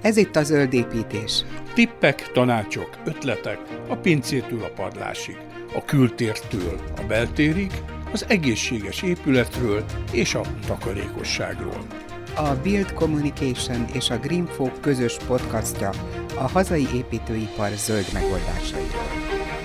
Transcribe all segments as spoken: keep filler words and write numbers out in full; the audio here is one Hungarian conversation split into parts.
Ez itt a Zöld építés. Tippek, tanácsok, ötletek a pincétől a padlásig, a kültértől a beltérig, az egészséges épületről és a takarékosságról. A Build Communication és a Greenfolk közös podcastja a hazai építőipar zöld megoldásairól.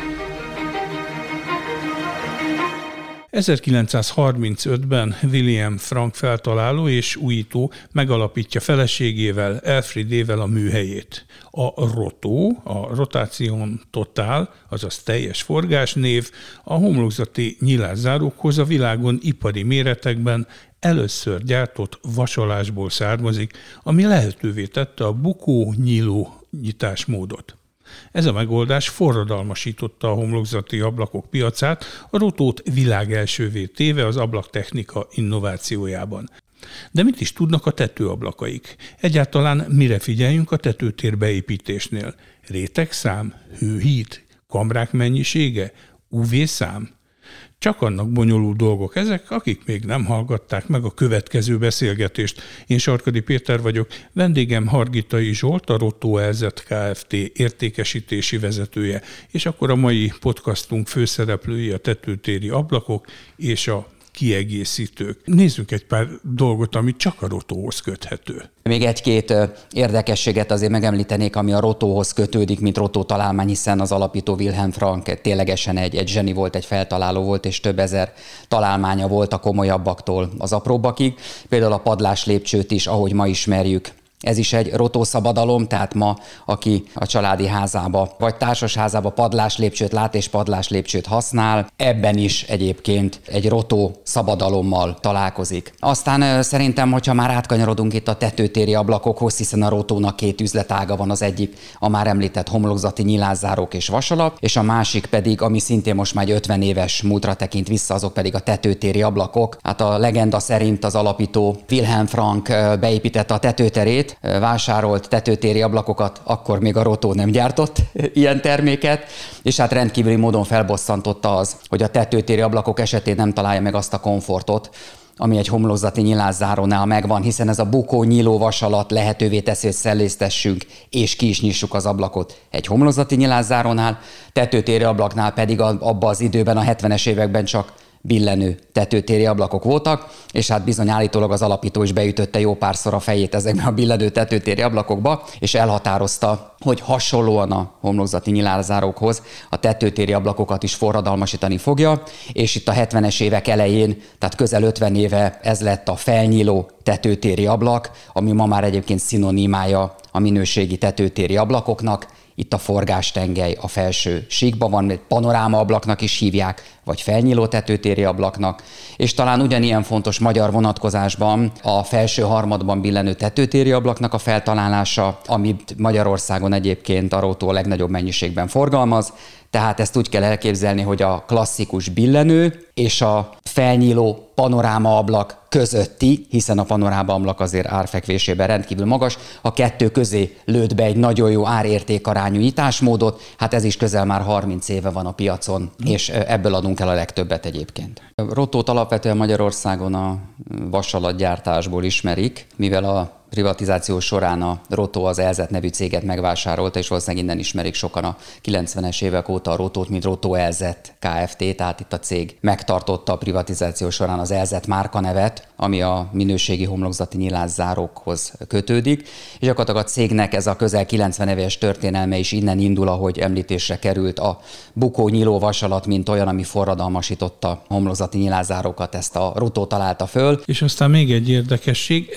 ezerkilencszázharmincötben William Frank feltaláló és újító megalapítja feleségével, Elfriedével a műhelyét. A Roto, a Rotation Total, azaz teljes forgás név a homlokzati nyilászárókhoz a világon ipari méretekben először gyártott vasalásból származik, ami lehetővé tette a bukó-nyíló nyitásmódot. Ez a megoldás forradalmasította a homlokzati ablakok piacát, a Rotót világelsővé téve az ablaktechnika innovációjában. De mit is tudnak a tetőablakaik? Egyáltalán mire figyeljünk a tetőtér beépítésnél? Rétegszám, hőhíd, kamrák mennyisége, ú vé-szám? Csak annak bonyolult dolgok ezek, akik még nem hallgatták meg a következő beszélgetést. Én Sarkadi Péter vagyok, vendégem Hargitai Zsolt, a Roto e zet Kft. Értékesítési vezetője, és akkor a mai podcastunk főszereplői a tetőtéri ablakok és a kiegészítők. Nézzük egy pár dolgot, ami csak a Rotóhoz köthető. Még egy-két érdekességet azért megemlítenék, ami a Rotóhoz kötődik, mint Roto találmány, hiszen az alapító Wilhelm Frank ténylegesen egy, egy zseni volt, egy feltaláló volt, és több ezer találmánya volt a komolyabbaktól az apróbbakig. Például a padlás lépcsőt is, ahogy ma ismerjük. Ez is egy Roto szabadalom, tehát ma, aki a családi házába vagy társas házába padlás lépcsőt lát és padlás lépcsőt használ, ebben is egyébként egy Roto szabadalommal találkozik. Aztán szerintem, hogyha már átkanyarodunk itt a tetőtéri ablakokhoz, hiszen a Rotónak két üzletága van, az egyik a már említett homlokzati nyilászárók és vasalap, és a másik pedig, ami szintén most már egy ötven éves múltra tekint vissza, azok pedig a tetőtéri ablakok. Hát a legenda szerint az alapító Wilhelm Frank beépítette a tetőterét, vásárolt tetőtéri ablakokat, akkor még a Roto nem gyártott ilyen terméket, és hát rendkívüli módon felbosszantotta az, hogy a tetőtéri ablakok esetén nem találja meg azt a komfortot, ami egy homlokzati nyilászárónál megvan, hiszen ez a bukó nyíló vasalat lehetővé teszi, hogy szellésztessünk és ki is nyissuk az ablakot egy homlokzati nyilászárónál, tetőtéri ablaknál pedig abban az időben, a hetvenes években csak billenő tetőtéri ablakok voltak, és hát bizony állítólag az alapító is beütötte jó párszor a fejét ezekben a billenő tetőtéri ablakokba, és elhatározta, hogy hasonlóan a homlokzati nyilászárókhoz a tetőtéri ablakokat is forradalmasítani fogja, és itt a hetvenes évek elején, tehát közel ötven éve ez lett a felnyíló tetőtéri ablak, ami ma már egyébként szinonimája a minőségi tetőtéri ablakoknak. Itt a forgástengely a felső síkban van, panoráma ablaknak is hívják, vagy felnyíló tetőtéri ablaknak, és talán ugyanilyen fontos magyar vonatkozásban a felső harmadban billenő tetőtéri ablaknak a feltalálása, amit Magyarországon egyébként a Roto a legnagyobb mennyiségben forgalmaz, tehát ezt úgy kell elképzelni, hogy a klasszikus billenő és a felnyíló panoráma ablak közötti, hiszen a panoráma ablak azért árfekvésében rendkívül magas, a kettő közé lőtt be egy nagyon jó árértékarányú nyitásmódot, hát ez is közel már harminc éve van a piacon, mm. és ebből adunk el a legtöbbet egyébként. Rotót alapvetően Magyarországon a vasalatgyártásból ismerik, mivel a privatizáció során a Roto az e zet nevű céget megvásárolta, és valószínűleg innen ismerik sokan a kilencvenes évek óta a Rotót, mint Roto e zet Kft. Tehát itt a cég megtartotta a privatizáció során az e zet márkanevet, ami a minőségi homlokzati nyilászárókhoz kötődik, és gyakorlatilag a cégnek ez a közel kilencven éves történelme is innen indul, ahogy említésre került a bukó nyíló vasalat, mint olyan, ami forradalmasította a homlokzati nyilászárókat, ezt a Roto találta föl. És aztán még egy érdekesség,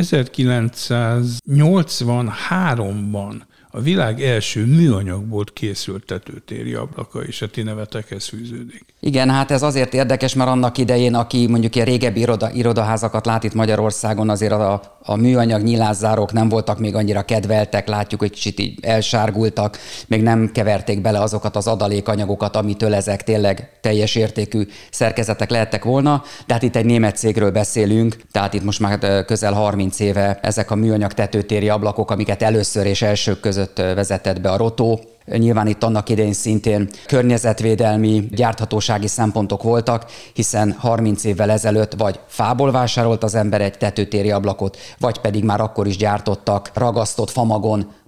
ezerkilencszáznyolcvanháromban a világ első műanyagból készült tetőtéri ablaka, és a ti nevetekhez fűződik. Igen, hát ez azért érdekes, mert annak idején, aki mondjuk ilyen régebbi iroda, irodaházakat lát itt Magyarországon, azért a, a műanyag nyilászárók nem voltak még annyira kedveltek, látjuk, hogy kicsit így elsárgultak, még nem keverték bele azokat az adalékanyagokat, amitől ezek tényleg teljes értékű szerkezetek lehettek volna, de hát itt egy német cégről beszélünk, tehát itt most már közel harminc éve ezek a műanyag tetőtéri ablakok, amiket először és elsők között vezetett be a Roto. Nyilván itt annak idején szintén környezetvédelmi, gyárthatósági szempontok voltak, hiszen harminc évvel ezelőtt vagy fából vásárolt az ember egy tetőtéri ablakot, vagy pedig már akkor is gyártottak ragasztott famagon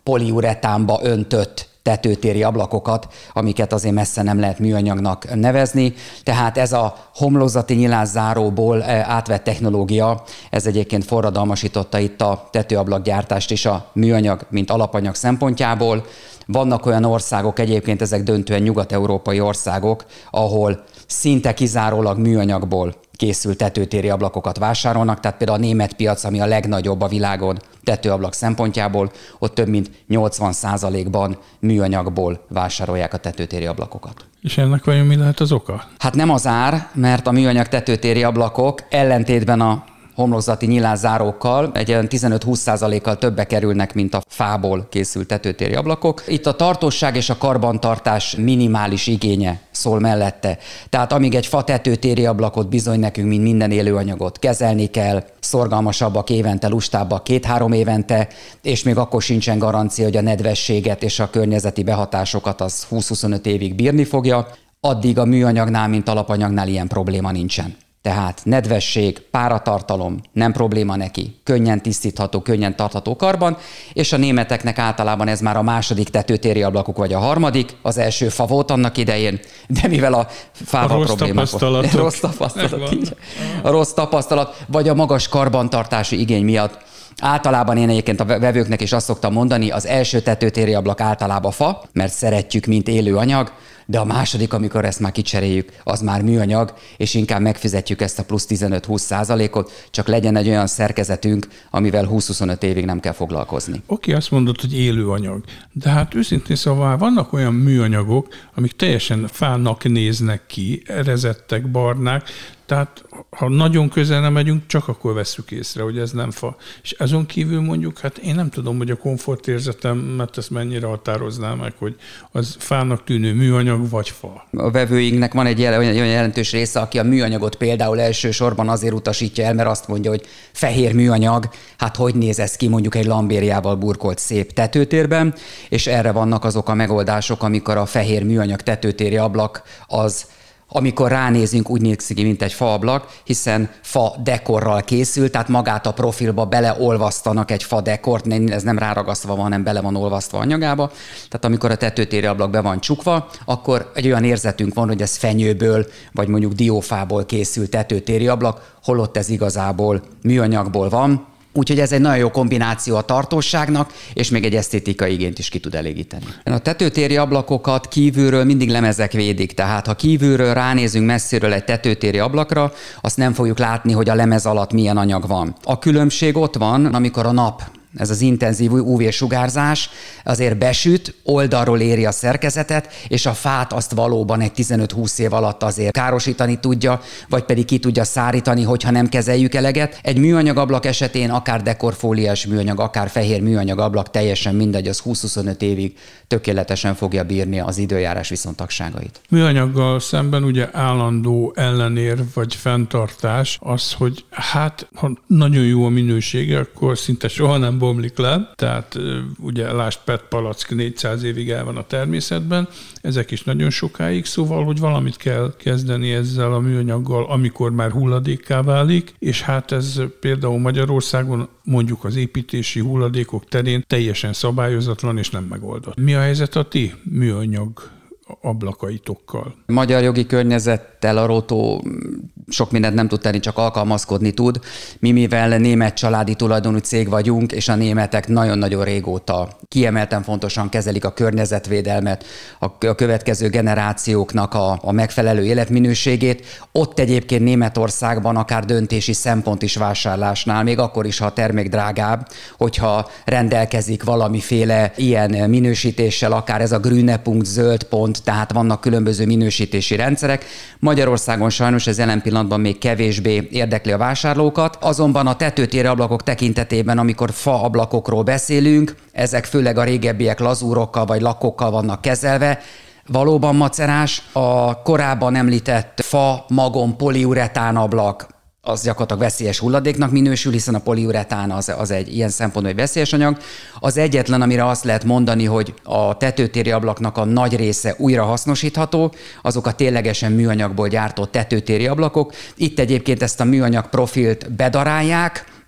poliuretánba öntött tetőtéri ablakokat, amiket azért messze nem lehet műanyagnak nevezni. Tehát ez a homlokzati nyilászáróból átvett technológia, ez egyébként forradalmasította itt a tetőablakgyártást is a műanyag, mint alapanyag szempontjából. Vannak olyan országok, egyébként ezek döntően nyugat-európai országok, ahol szinte kizárólag műanyagból készült tetőtéri ablakokat vásárolnak, tehát például a német piac, ami a legnagyobb a világon tetőablak szempontjából, ott több mint nyolcvan százalékban műanyagból vásárolják a tetőtéri ablakokat. És ennek vajon mi lehet az oka? Hát nem az ár, mert a műanyag tetőtéri ablakok ellentétben a homlokzati nyilászárókkal egy olyan tizenöt-húsz százalékkal többe kerülnek, mint a fából készült tetőtéri ablakok. Itt a tartóság és a karbantartás minimális igénye szól mellette. Tehát amíg egy fa tetőtéri ablakot bizony nekünk, mint minden élőanyagot kezelni kell, szorgalmasabbak évente, lustábbak két-három évente, és még akkor sincsen garancia, hogy a nedvességet és a környezeti behatásokat az húsz-huszonöt évig bírni fogja, addig a műanyagnál, mint alapanyagnál ilyen probléma nincsen. Tehát nedvesség, páratartalom, nem probléma neki, könnyen tisztítható, könnyen tartható karban, és a németeknek általában ez már a második tetőtéri ablakuk, vagy a harmadik, az első fa volt annak idején, de mivel a fával a problémák volt. Rossz tapasztalat. Így. A rossz tapasztalat, vagy a magas karbantartási igény miatt. Általában én egyébként a vevőknek is azt szoktam mondani, az első tetőtéri ablak általában fa, mert szeretjük, mint élő anyag, de a második, amikor ezt már kicseréljük, az már műanyag, és inkább megfizetjük ezt a plusz tizenöt-húsz százalékot, csak legyen egy olyan szerkezetünk, amivel húsz-huszonöt évig nem kell foglalkozni. Oké, azt mondod, hogy élő anyag, de hát őszintén szóval vannak olyan műanyagok, amik teljesen fának néznek ki, erezettek, barnák, tehát ha nagyon közel nem megyünk, csak akkor vesszük észre, hogy ez nem fa. És azon kívül mondjuk, hát én nem tudom, hogy a komfortérzetemet ezt mennyire határoznám meg, hogy az fának tűnő műanyag vagy fa. A vevőinknek van egy jel- olyan jelentős része, aki a műanyagot például elsősorban azért utasítja el, mert azt mondja, hogy fehér műanyag, hát hogy néz ez ki mondjuk egy lambériával burkolt szép tetőtérben, és erre vannak azok a megoldások, amikor a fehér műanyag tetőtéri ablak az amikor ránézünk, úgy néz ki, mint egy faablak, hiszen fa dekorral készül, tehát magát a profilba beleolvasztanak egy fa dekort, ez nem ráragasztva van, hanem bele van olvasztva anyagába. Tehát amikor a tetőtéri ablak be van csukva, akkor egy olyan érzetünk van, hogy ez fenyőből, vagy mondjuk diófából készült tetőtéri ablak, holott ez igazából műanyagból van. Úgyhogy ez egy nagyon jó kombináció a tartóságnak, és még egy esztétikai igényt is ki tud elégíteni. A tetőtéri ablakokat kívülről mindig lemezek védik, tehát ha kívülről ránézünk messziről egy tetőtéri ablakra, azt nem fogjuk látni, hogy a lemez alatt milyen anyag van. A különbség ott van, amikor a nap, ez az intenzív ú vé-sugárzás azért besüt, oldalról éri a szerkezetet, és a fát azt valóban egy tizenöt-húsz év alatt azért károsítani tudja, vagy pedig ki tudja szárítani, hogyha nem kezeljük eleget. Egy műanyag ablak esetén akár dekorfóliás műanyag, akár fehér műanyag ablak, teljesen mindegy, az húsz-huszonöt évig tökéletesen fogja bírni az időjárás viszontagságait. Műanyaggal szemben ugye állandó ellenér vagy fenntartás az, hogy hát ha nagyon jó a minősége, akkor szinte soha nem bomlik le, tehát ugye lásd pé é té palack négyszáz évig el van a természetben, ezek is nagyon sokáig, szóval, hogy valamit kell kezdeni ezzel a műanyaggal, amikor már hulladékká válik, és hát ez például Magyarországon mondjuk az építési hulladékok terén teljesen szabályozatlan és nem megoldott. Mi a helyzet a ti műanyag ablakaitokkal? Magyar jogi környezettel a Rotó sok mindent nem tud tenni, csak alkalmazkodni tud. Mi, mivel német családi tulajdonú cég vagyunk, és a németek nagyon-nagyon régóta kiemelten fontosan kezelik a környezetvédelmet, a következő generációknak a, a megfelelő életminőségét, ott egyébként Németországban akár döntési szempont is vásárlásnál, még akkor is, ha a termék drágább, hogyha rendelkezik valamiféle ilyen minősítéssel, akár ez a grüne punkt, zöld pont, tehát vannak különböző minősítési rendszerek. Magyarországon sajnos ez jelen pillanatban még kevésbé érdekli a vásárlókat, azonban a tetőtéri ablakok tekintetében, amikor fa ablakokról beszélünk, ezek főleg a régebbiek lazúrokkal vagy lakkokkal vannak kezelve, valóban macerás. A korábban említett fa, magon, poliuretán ablak, az gyakorlatilag veszélyes hulladéknak minősül, hiszen a poliuretán az, az egy ilyen szempontból egy veszélyes anyag. Az egyetlen, amire azt lehet mondani, hogy a tetőtéri ablaknak a nagy része újra hasznosítható, azok a ténylegesen műanyagból gyártott tetőtéri ablakok. Itt egyébként ezt a műanyag profilt bedarálják,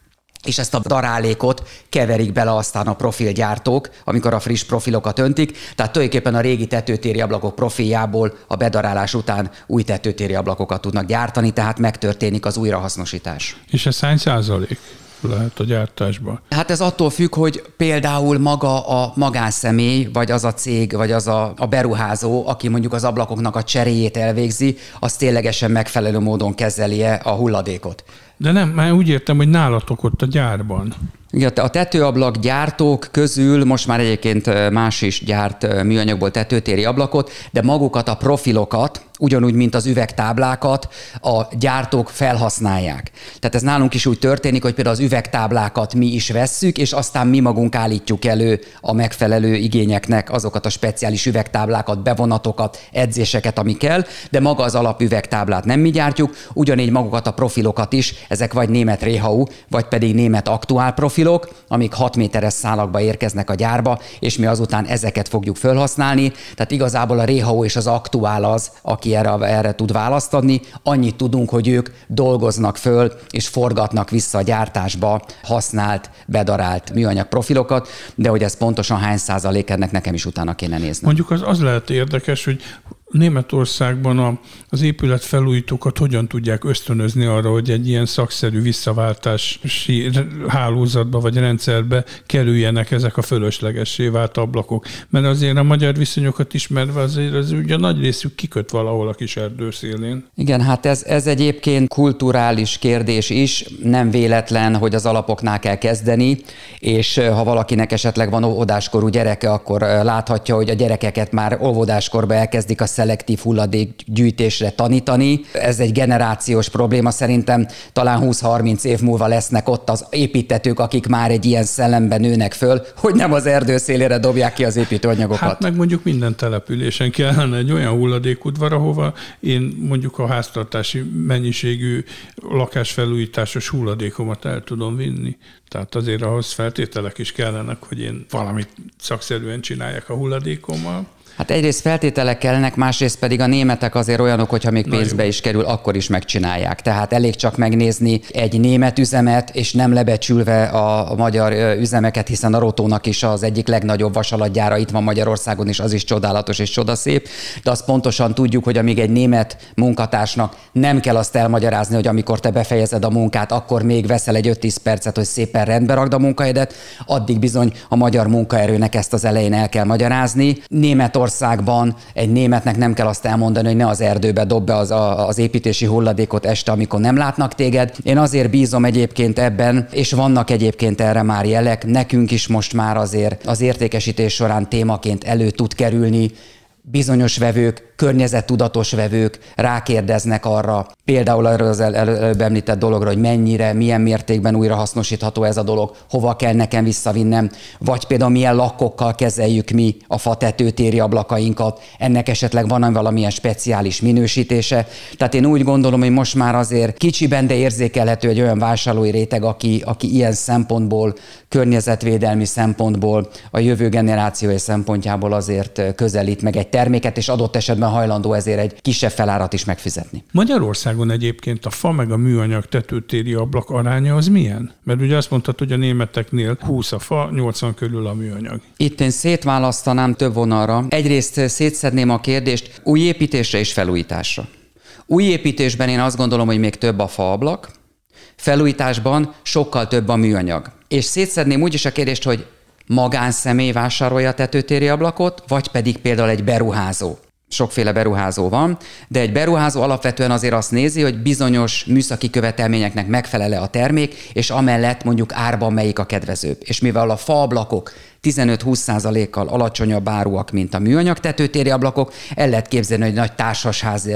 és ezt a darálékot keverik bele aztán a profilgyártók, amikor a friss profilokat öntik. Tehát tulajdonképpen a régi tetőtéri ablakok profiljából a bedarálás után új tetőtéri ablakokat tudnak gyártani, tehát megtörténik az újrahasznosítás. És ez hány százalék lehet a gyártásban? Hát ez attól függ, hogy például maga a magánszemély, vagy az a cég, vagy az a, a beruházó, aki mondjuk az ablakoknak a cseréjét elvégzi, az ténylegesen megfelelő módon kezeli-e a hulladékot. De nem, már úgy értem, hogy nálatok ott a gyárban. Igen, a tetőablak gyártók közül most már egyébként más is gyárt műanyagból tetőtéri ablakot, de magukat a profilokat, ugyanúgy, mint az üvegtáblákat a gyártók felhasználják. Tehát ez nálunk is úgy történik, hogy például az üvegtáblákat mi is vesszük, és aztán mi magunk állítjuk elő a megfelelő igényeknek azokat a speciális üvegtáblákat, bevonatokat, edzéseket, ami kell, de maga az alapüvegtáblát nem mi gyártjuk, ugyanígy magukat a profilokat is, ezek vagy német Rehau, vagy pedig német Aktuál profilok, amik hat méteres szálakba érkeznek a gyárba, és mi azután ezeket fogjuk felhasználni. Tehát igazából a Rehau és az Aktuál az, aki erre, erre tud választ adni. Annyit tudunk, hogy ők dolgoznak föl, és forgatnak vissza a gyártásba használt, bedarált műanyag profilokat, de hogy ez pontosan hány százalék, ennek nekem is utána kéne nézni. Mondjuk az, az lehet érdekes, hogy Németországban a, az épületfelújítókat hogyan tudják ösztönözni arra, hogy egy ilyen szakszerű visszaváltási hálózatba vagy rendszerbe kerüljenek ezek a fölöslegessé vált ablakok. Mert azért a magyar viszonyokat ismerve azért az ugye nagy részük kiköt valahol a kis erdő szélén. Igen, hát ez, ez egyébként kulturális kérdés is, nem véletlen, hogy az alapoknál kell kezdeni, és ha valakinek esetleg van óvodáskorú gyereke, akkor láthatja, hogy a gyerekeket már óvodáskorban elkezdik a szelektív hulladékgyűjtésre tanítani. Ez egy generációs probléma, szerintem talán húsz-harminc év múlva lesznek ott az építtetők, akik már egy ilyen szellemben nőnek föl, hogy nem az erdő szélére dobják ki az építőanyagokat. Hát meg mondjuk minden településen kellene egy olyan hulladékudvar, ahova én mondjuk a háztartási mennyiségű lakásfelújításos hulladékomat el tudom vinni. Tehát azért ahhoz feltételek is kellenek, hogy én valamit szakszerűen csináljak a hulladékommal. Hát egyrészt feltételek kellenek, másrészt pedig a németek azért olyanok, hogyha még pénzbe is kerül, akkor is megcsinálják. Tehát elég csak megnézni egy német üzemet, és nem lebecsülve a, a magyar üzemeket, hiszen a Rotónak is az egyik legnagyobb vasalatgyára itt van Magyarországon, és az is csodálatos és csodaszép. De azt pontosan tudjuk, hogy amíg egy német munkatársnak nem kell azt elmagyarázni, hogy amikor te befejezed a munkát, akkor még veszel egy öt-tíz percet, hogy szépen rendbe rakd a munkahelyedet, addig bizony a magyar munkaerőnek ezt az elején el kell magyarázni. Német Országban egy németnek nem kell azt elmondani, hogy ne az erdőbe dob be az, a, az építési hulladékot este, amikor nem látnak téged. Én azért bízom egyébként ebben, és vannak egyébként erre már jelek, nekünk is most már azért az értékesítés során témaként elő tud kerülni. Bizonyos vevők, környezettudatos vevők rákérdeznek arra, például arra az el, előbb említett dologra, hogy mennyire, milyen mértékben újrahasznosítható ez a dolog, hova kell nekem visszavinnem, vagy például milyen lakkokkal kezeljük mi a fa tetőtéri ablakainkat, ennek esetleg van valamilyen speciális minősítése. Tehát én úgy gondolom, hogy most már azért kicsiben, de érzékelhető egy olyan vásárlói réteg, aki, aki ilyen szempontból, környezetvédelmi szempontból, a jövő generációi szempontjából azért közelít meg egy terméket, és adott esetben hajlandó ezért egy kisebb felárat is megfizetni. Magyarországon egyébként a fa meg a műanyag tetőtéri ablak aránya az milyen? Mert ugye azt mondtad, hogy a németeknél húsz a fa, nyolcvan körül a műanyag. Itt én szétválasztanám több vonalra. Egyrészt szétszedném a kérdést új építésre és felújításra. Új építésben én azt gondolom, hogy még több a faablak, felújításban sokkal több a műanyag. És szétszedném úgy is a kérdést, hogy magánszemély vásárolja a tetőtéri ablakot, vagy pedig például egy beruházó. Sokféle beruházó van, de egy beruházó alapvetően azért azt nézi, hogy bizonyos műszaki követelményeknek megfelel-e a termék, és amellett mondjuk árban melyik a kedvezőbb. És mivel a faablakok tizenöt-húsz százalékkal alacsonyabb áruak, mint a műanyag tetőtéri ablakok, el lehet képzelni, hogy nagy társasház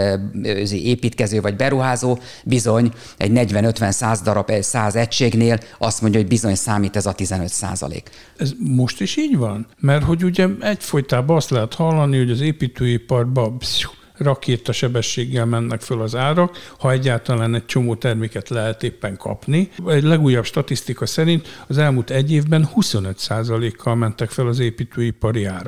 építkező vagy beruházó bizony egy negyven-ötven-száz darab, száz egységnél azt mondja, hogy bizony számít ez a tizenöt százalék. Ez most is így van? Mert hogy ugye egyfolytában azt lehet hallani, hogy az építőiparban rakéta sebességgel mennek föl az árak, ha egyáltalán egy csomó terméket lehet éppen kapni. Egy legújabb statisztika szerint az elmúlt egy évben huszonöt százalékkal mentek fel az építőipari árak.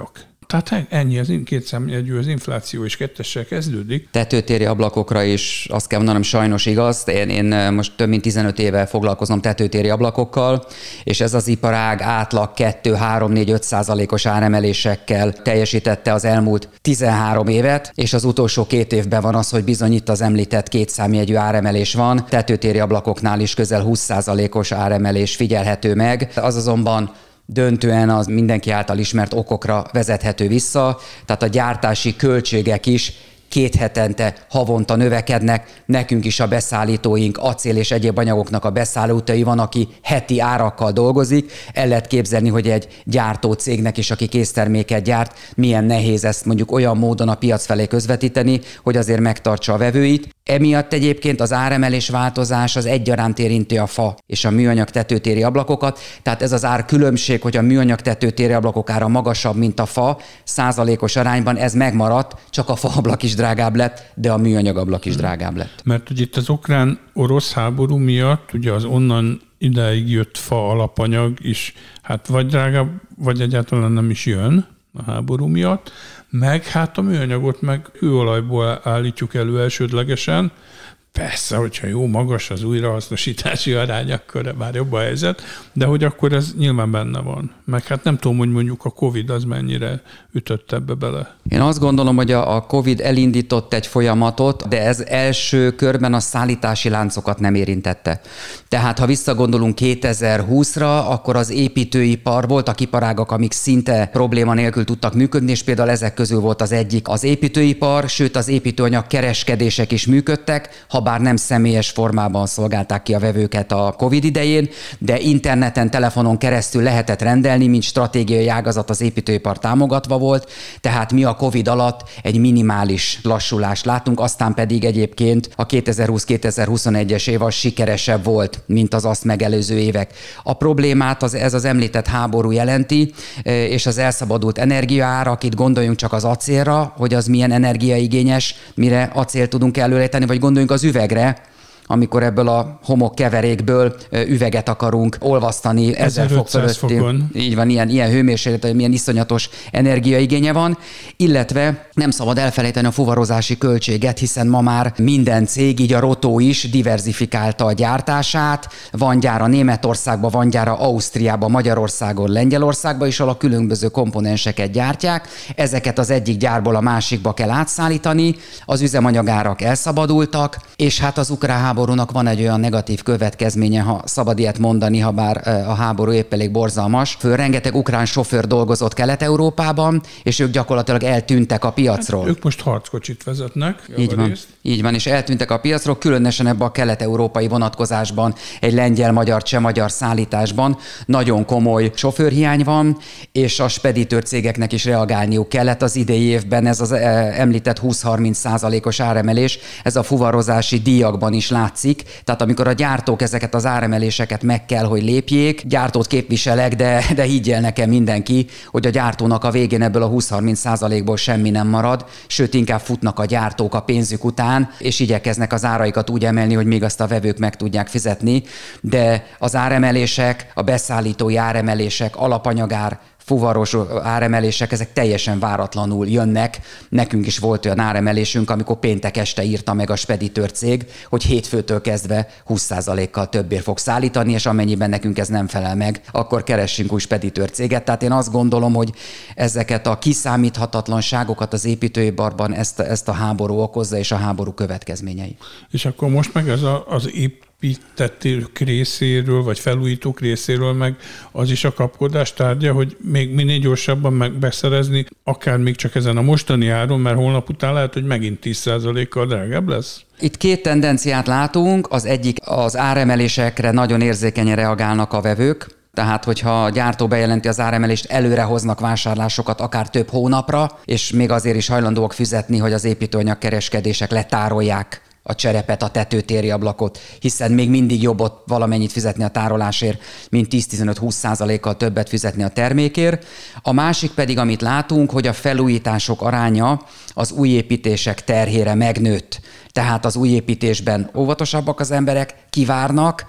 Tehát ennyi, az kétszámjegyű, az infláció is kettessel kezdődik. Tetőtéri ablakokra is azt kell mondanom, sajnos igaz. Én, én most több mint tizenöt éve foglalkozom tetőtéri ablakokkal, és ez az iparág átlag kettő, három, négy, öt százalékos áremelésekkel teljesítette az elmúlt tizenhárom évet, és az utolsó két évben van az, hogy bizony itt az említett kétszámjegyű áremelés van. Tetőtéri ablakoknál is közel húsz százalékos áremelés figyelhető meg. Az azonban döntően az mindenki által ismert okokra vezethető vissza, tehát a gyártási költségek is két hetente, havonta növekednek, nekünk is a beszállítóink, acél és egyéb anyagoknak a beszállítói van, aki heti árakkal dolgozik. El lehet képzelni, hogy egy gyártó cégnek is, aki készterméket gyárt, milyen nehéz ezt mondjuk olyan módon a piac felé közvetíteni, hogy azért megtartsa a vevőit. Emiatt egyébként az áremelés változás az egyaránt érinti a fa és a műanyag tetőtéri ablakokat, tehát ez az ár különbség, hogy a műanyag tetőtéri ablakok ára magasabb, mint a fa, százalékos arányban ez megmaradt, csak a faablak is drágább lett, de a műanyag ablak is drágább lett. Mert ugye itt az ukrán-orosz háború miatt ugye az onnan idáig jött fa alapanyag is, hát vagy drágább, vagy egyáltalán nem is jön a háború miatt, meg hát a műanyagot meg hőolajból állítjuk elő elsődlegesen. Persze, hogyha jó magas az újrahasznosítási arány, akkor már jobb a helyzet, de hogy akkor ez nyilván benne van. Meg hát nem tudom, hogy mondjuk a Covid az mennyire ütött ebbe bele. Én azt gondolom, hogy a Covid elindított egy folyamatot, de ez első körben a szállítási láncokat nem érintette. Tehát ha visszagondolunk kétezer-húszra, akkor az építőipar voltak iparágak, amik szinte probléma nélkül tudtak működni, és például ezek közül volt az egyik az építőipar, sőt az építőanyag kereskedések is működtek, ha bár nem személyes formában szolgálták ki a vevőket a Covid idején, de interneten, telefonon keresztül lehetett rendelni, mint stratégiai ágazat az építőipar támogatva volt, tehát mi a Covid alatt egy minimális lassulást látunk, aztán pedig egyébként a kétezer-húsz-kétezer-huszonegyes év az sikeresebb volt, mint az azt megelőző évek. A problémát az, ez az említett háború jelenti, és az elszabadult energiaárak, itt gondoljunk csak az acélra, hogy az milyen energiaigényes, mire acélt tudunk előállítani, vagy gondoljunk az üvegre, amikor ebből a homok keverékből üveget akarunk olvasztani ezer fok fölötti. Így van, ilyen, ilyen hőmérséklet, milyen iszonyatos energiaigénye van, illetve nem szabad elfelejteni a fuvarozási költséget, hiszen ma már minden cég, így a Rotó is diverzifikálta a gyártását, van gyára Németországban, van gyára Ausztriában, Magyarországon, Lengyelországban is, ahol a különböző komponenseket gyártják, ezeket az egyik gyárból a másikba kell átszállítani, az üzemanyagárak elszabadultak, és hát az ukrán háborúnak van egy olyan negatív következménye, ha szabad ilyet mondani, ha bár a háború épp elég borzalmas. Föl rengeteg ukrán sofőr dolgozott Kelet-Európában, és ők gyakorlatilag eltűntek a piacról. Hát ők most harckocsit vezetnek. Így van, így van, és eltűntek a piacról, különösen ebben a kelet-európai vonatkozásban, egy lengyel-magyar, cseh-magyar szállításban nagyon komoly sofőrhiány van, és a speditőr cégeknek is reagálniuk kellett. Az idei évben ez az említett húsz-harminc százalékos áremelés, ez a fuvarozási díjakban is látszik, tehát amikor a gyártók ezeket az áremeléseket meg kell, hogy lépjék, gyártót képviselek, de, de higgyel nekem mindenki, hogy a gyártónak a végén ebből a húsz-harminc százalékból semmi nem marad, sőt inkább futnak a gyártók a pénzük után, és igyekeznek az áraikat úgy emelni, hogy még azt a vevők meg tudják fizetni, de az áremelések, a beszállítói áremelések, alapanyagár, fuvaros áremelések, ezek teljesen váratlanul jönnek. Nekünk is volt olyan áremelésünk, amikor péntek este írta meg a speditőr cég, hogy hétfőtől kezdve húsz százalékkal többért fog szállítani, és amennyiben nekünk ez nem felel meg, akkor keressünk új speditőr céget. Tehát én azt gondolom, hogy ezeket a kiszámíthatatlanságokat az építőiparban ezt, ezt a háború okozza, és a háború következményei. És akkor most meg ez a, az ép építetők részéről, vagy felújítók részéről meg az is a kapkodás tárgya, hogy még minél gyorsabban meg beszerezni, akár még csak ezen a mostani áron, mert holnap után lehet, hogy megint tíz százalékkal drágább lesz? Itt két tendenciát látunk, az egyik az áremelésekre nagyon érzékenyen reagálnak a vevők, tehát, hogyha a gyártó bejelenti az áremelést, előre hoznak vásárlásokat akár több hónapra, és még azért is hajlandóak fizetni, hogy az építőanyag kereskedések letárolják a cserepet, a tetőtéri ablakot, hiszen még mindig jobb ott valamennyit fizetni a tárolásért, mint tíz-tizenöt-húsz százalékkal többet fizetni a termékért. A másik pedig, amit látunk, hogy a felújítások aránya az új építések terhére megnőtt. Tehát az új építésben óvatosabbak az emberek, kivárnak,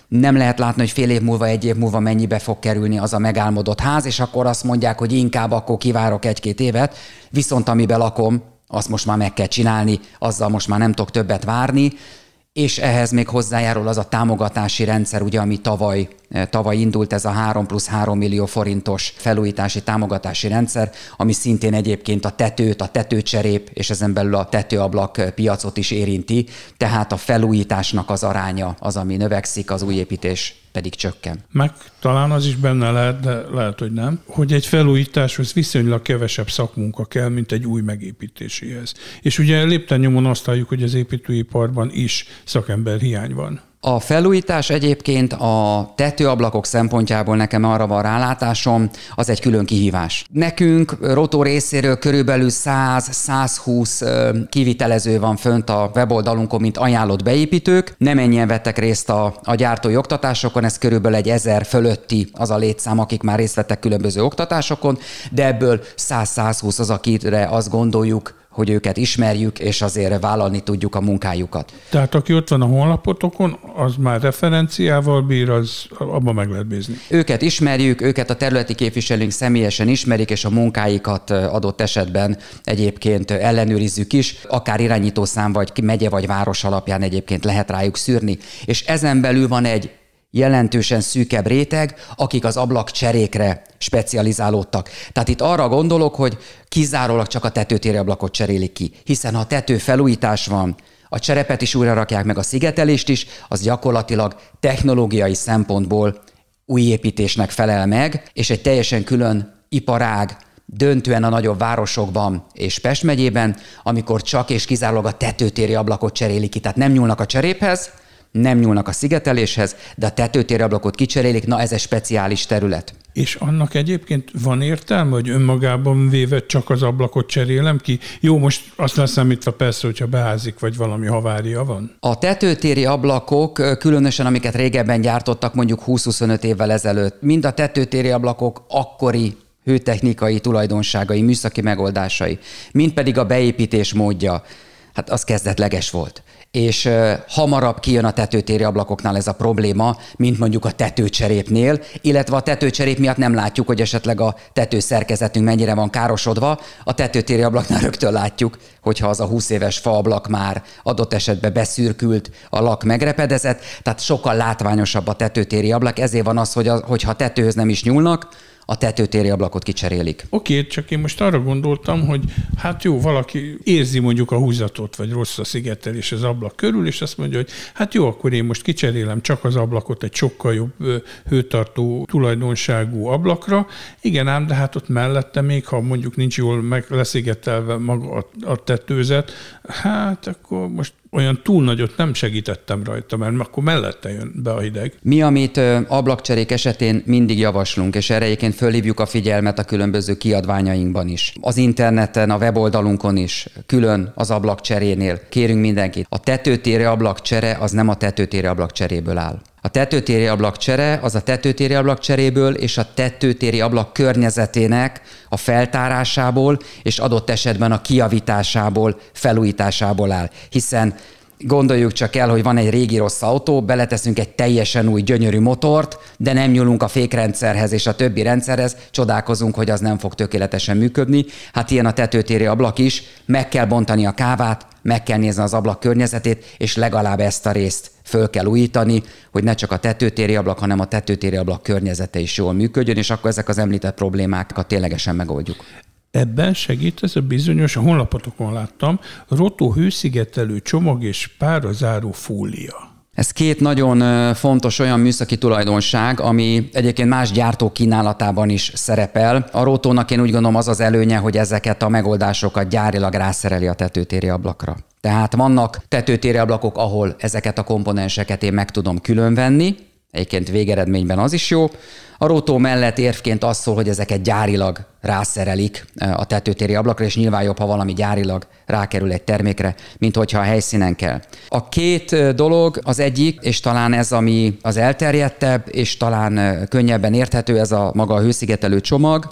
nem lehet látni, hogy fél év múlva, egy év múlva mennyibe fog kerülni az a megálmodott ház, és akkor azt mondják, hogy inkább akkor kivárok egy-két évet, viszont amiben lakom, azt most már meg kell csinálni, azzal most már nem tudok többet várni, és ehhez még hozzájárul az a támogatási rendszer, ugye, ami tavaly, tavaly indult, ez a három plusz három millió forintos felújítási támogatási rendszer, ami szintén egyébként a tetőt, a tetőcserép, és ezen belül a tetőablak piacot is érinti, tehát a felújításnak az aránya az, ami növekszik, az újépítés pedig csökken. Meg talán az is benne lehet, de lehet, hogy nem, hogy egy felújításhoz viszonylag kevesebb szakmunka kell, mint egy új megépítéséhez. És ugye lépten-nyomon azt halljuk, hogy az építőiparban is szakember hiány van. A felújítás egyébként a tetőablakok szempontjából nekem arra van rálátásom, az egy külön kihívás. Nekünk Rotó részéről körülbelül száz-százhúsz kivitelező van fönt a weboldalunkon, mint ajánlott beépítők. Nem ennyien vettek részt a, a gyártói oktatásokon, ez körülbelül egy ezer fölötti az a létszám, akik már részt vettek különböző oktatásokon, de ebből száz-százhúsz az, akire azt gondoljuk, hogy őket ismerjük, és azért vállalni tudjuk a munkájukat. Tehát aki ott van a honlapotokon, az már referenciával bír, az abban meg lehet bízni. Őket ismerjük, őket a területi képviselőink személyesen ismerik, és a munkáikat adott esetben egyébként ellenőrizzük is, akár irányítószám, vagy megye, vagy város alapján egyébként lehet rájuk szűrni. És ezen belül van egy jelentősen szűkebb réteg, akik az ablakcserékre specializálódtak. Tehát itt arra gondolok, hogy kizárólag csak a tetőtéri ablakot cserélik ki, hiszen ha tető felújítás van, a cserepet is újra rakják meg, a szigetelést is, az gyakorlatilag technológiai szempontból új építésnek felel meg, és egy teljesen külön iparág, döntően a nagyobb városokban és Pest megyében, amikor csak és kizárólag a tetőtéri ablakot cserélik ki, tehát nem nyúlnak a cseréphez, nem nyúlnak a szigeteléshez, de a tetőtéri ablakot kicserélik, na ez egy speciális terület. És annak egyébként van értelme, hogy önmagában véve csak az ablakot cserélem ki? Jó, most azt leszámítva persze, hogyha beházik, vagy valami havária van. A tetőtéri ablakok, különösen amiket régebben gyártottak, mondjuk húsz-huszonöt évvel ezelőtt, mind a tetőtéri ablakok akkori hőtechnikai tulajdonságai, műszaki megoldásai, mind pedig a beépítés módja, hát az kezdetleges volt. És uh, hamarabb kijön a tetőtéri ablakoknál ez a probléma, mint mondjuk a tetőcserépnél, illetve a tetőcserép miatt nem látjuk, hogy esetleg a tetőszerkezetünk mennyire van károsodva. A tetőtéri ablaknál rögtön látjuk, hogyha az a húsz éves faablak már adott esetben beszürkült, a lak megrepedezett, tehát sokkal látványosabb a tetőtéri ablak, ezért van az, hogy a, hogyha a tetőhöz nem is nyúlnak, a tetőtéri ablakot kicserélik. Oké, okay, csak én most arra gondoltam, hogy hát jó, valaki érzi mondjuk a húzatot, vagy rossz a szigetelés az ablak körül, és azt mondja, hogy hát jó, akkor én most kicserélem csak az ablakot egy sokkal jobb hőtartó tulajdonságú ablakra. Igen ám, de hát ott mellette még, ha mondjuk nincs jól meg leszigetelve maga a, a tetőzet, hát akkor most olyan túl nagyot nem segítettem rajta, mert akkor mellette jön be a hideg. Mi, amit ablakcserék esetén mindig javaslunk, és erre egyébként fölhívjuk a figyelmet a különböző kiadványainkban is. Az interneten, a weboldalunkon is, külön az ablakcserénél kérünk mindenkit. A tetőtéri ablakcsere az nem a tetőtéri ablakcseréből áll. A tetőtéri ablakcsere az a tetőtéri ablakcseréből és a tetőtéri ablak környezetének a feltárásából és adott esetben a kijavításából, felújításából áll. Hiszen gondoljuk csak el, hogy van egy régi rossz autó, beleteszünk egy teljesen új gyönyörű motort, de nem nyúlunk a fékrendszerhez és a többi rendszerhez, csodálkozunk, hogy az nem fog tökéletesen működni. Hát ilyen a tetőtéri ablak is, meg kell bontani a kávát, meg kell nézni az ablak környezetét, és legalább ezt a részt föl kell újítani, hogy ne csak a tetőtéri ablak, hanem a tetőtéri ablak környezete is jól működjön, és akkor ezek az említett problémákat ténylegesen megoldjuk. Ebben segít ez a bizonyos, a honlapotokon láttam, Rotó hőszigetelő csomag és párazáró fólia. Ez két nagyon fontos olyan műszaki tulajdonság, ami egyébként más gyártók kínálatában is szerepel. A Rotónak én úgy gondolom az az előnye, hogy ezeket a megoldásokat gyárilag rászereli a tetőtéri ablakra. Tehát vannak tetőtéri ablakok, ahol ezeket a komponenseket én meg tudom különvenni, egyébként végeredményben az is jó. A Rotó mellett érvként az szól, hogy ezeket gyárilag rászerelik a tetőtéri ablakra, és nyilván jobb, ha valami gyárilag rákerül egy termékre, mint hogyha a helyszínen kell. A két dolog, az egyik, és talán ez, ami az elterjedtebb, és talán könnyebben érthető, ez a maga a hőszigetelő csomag,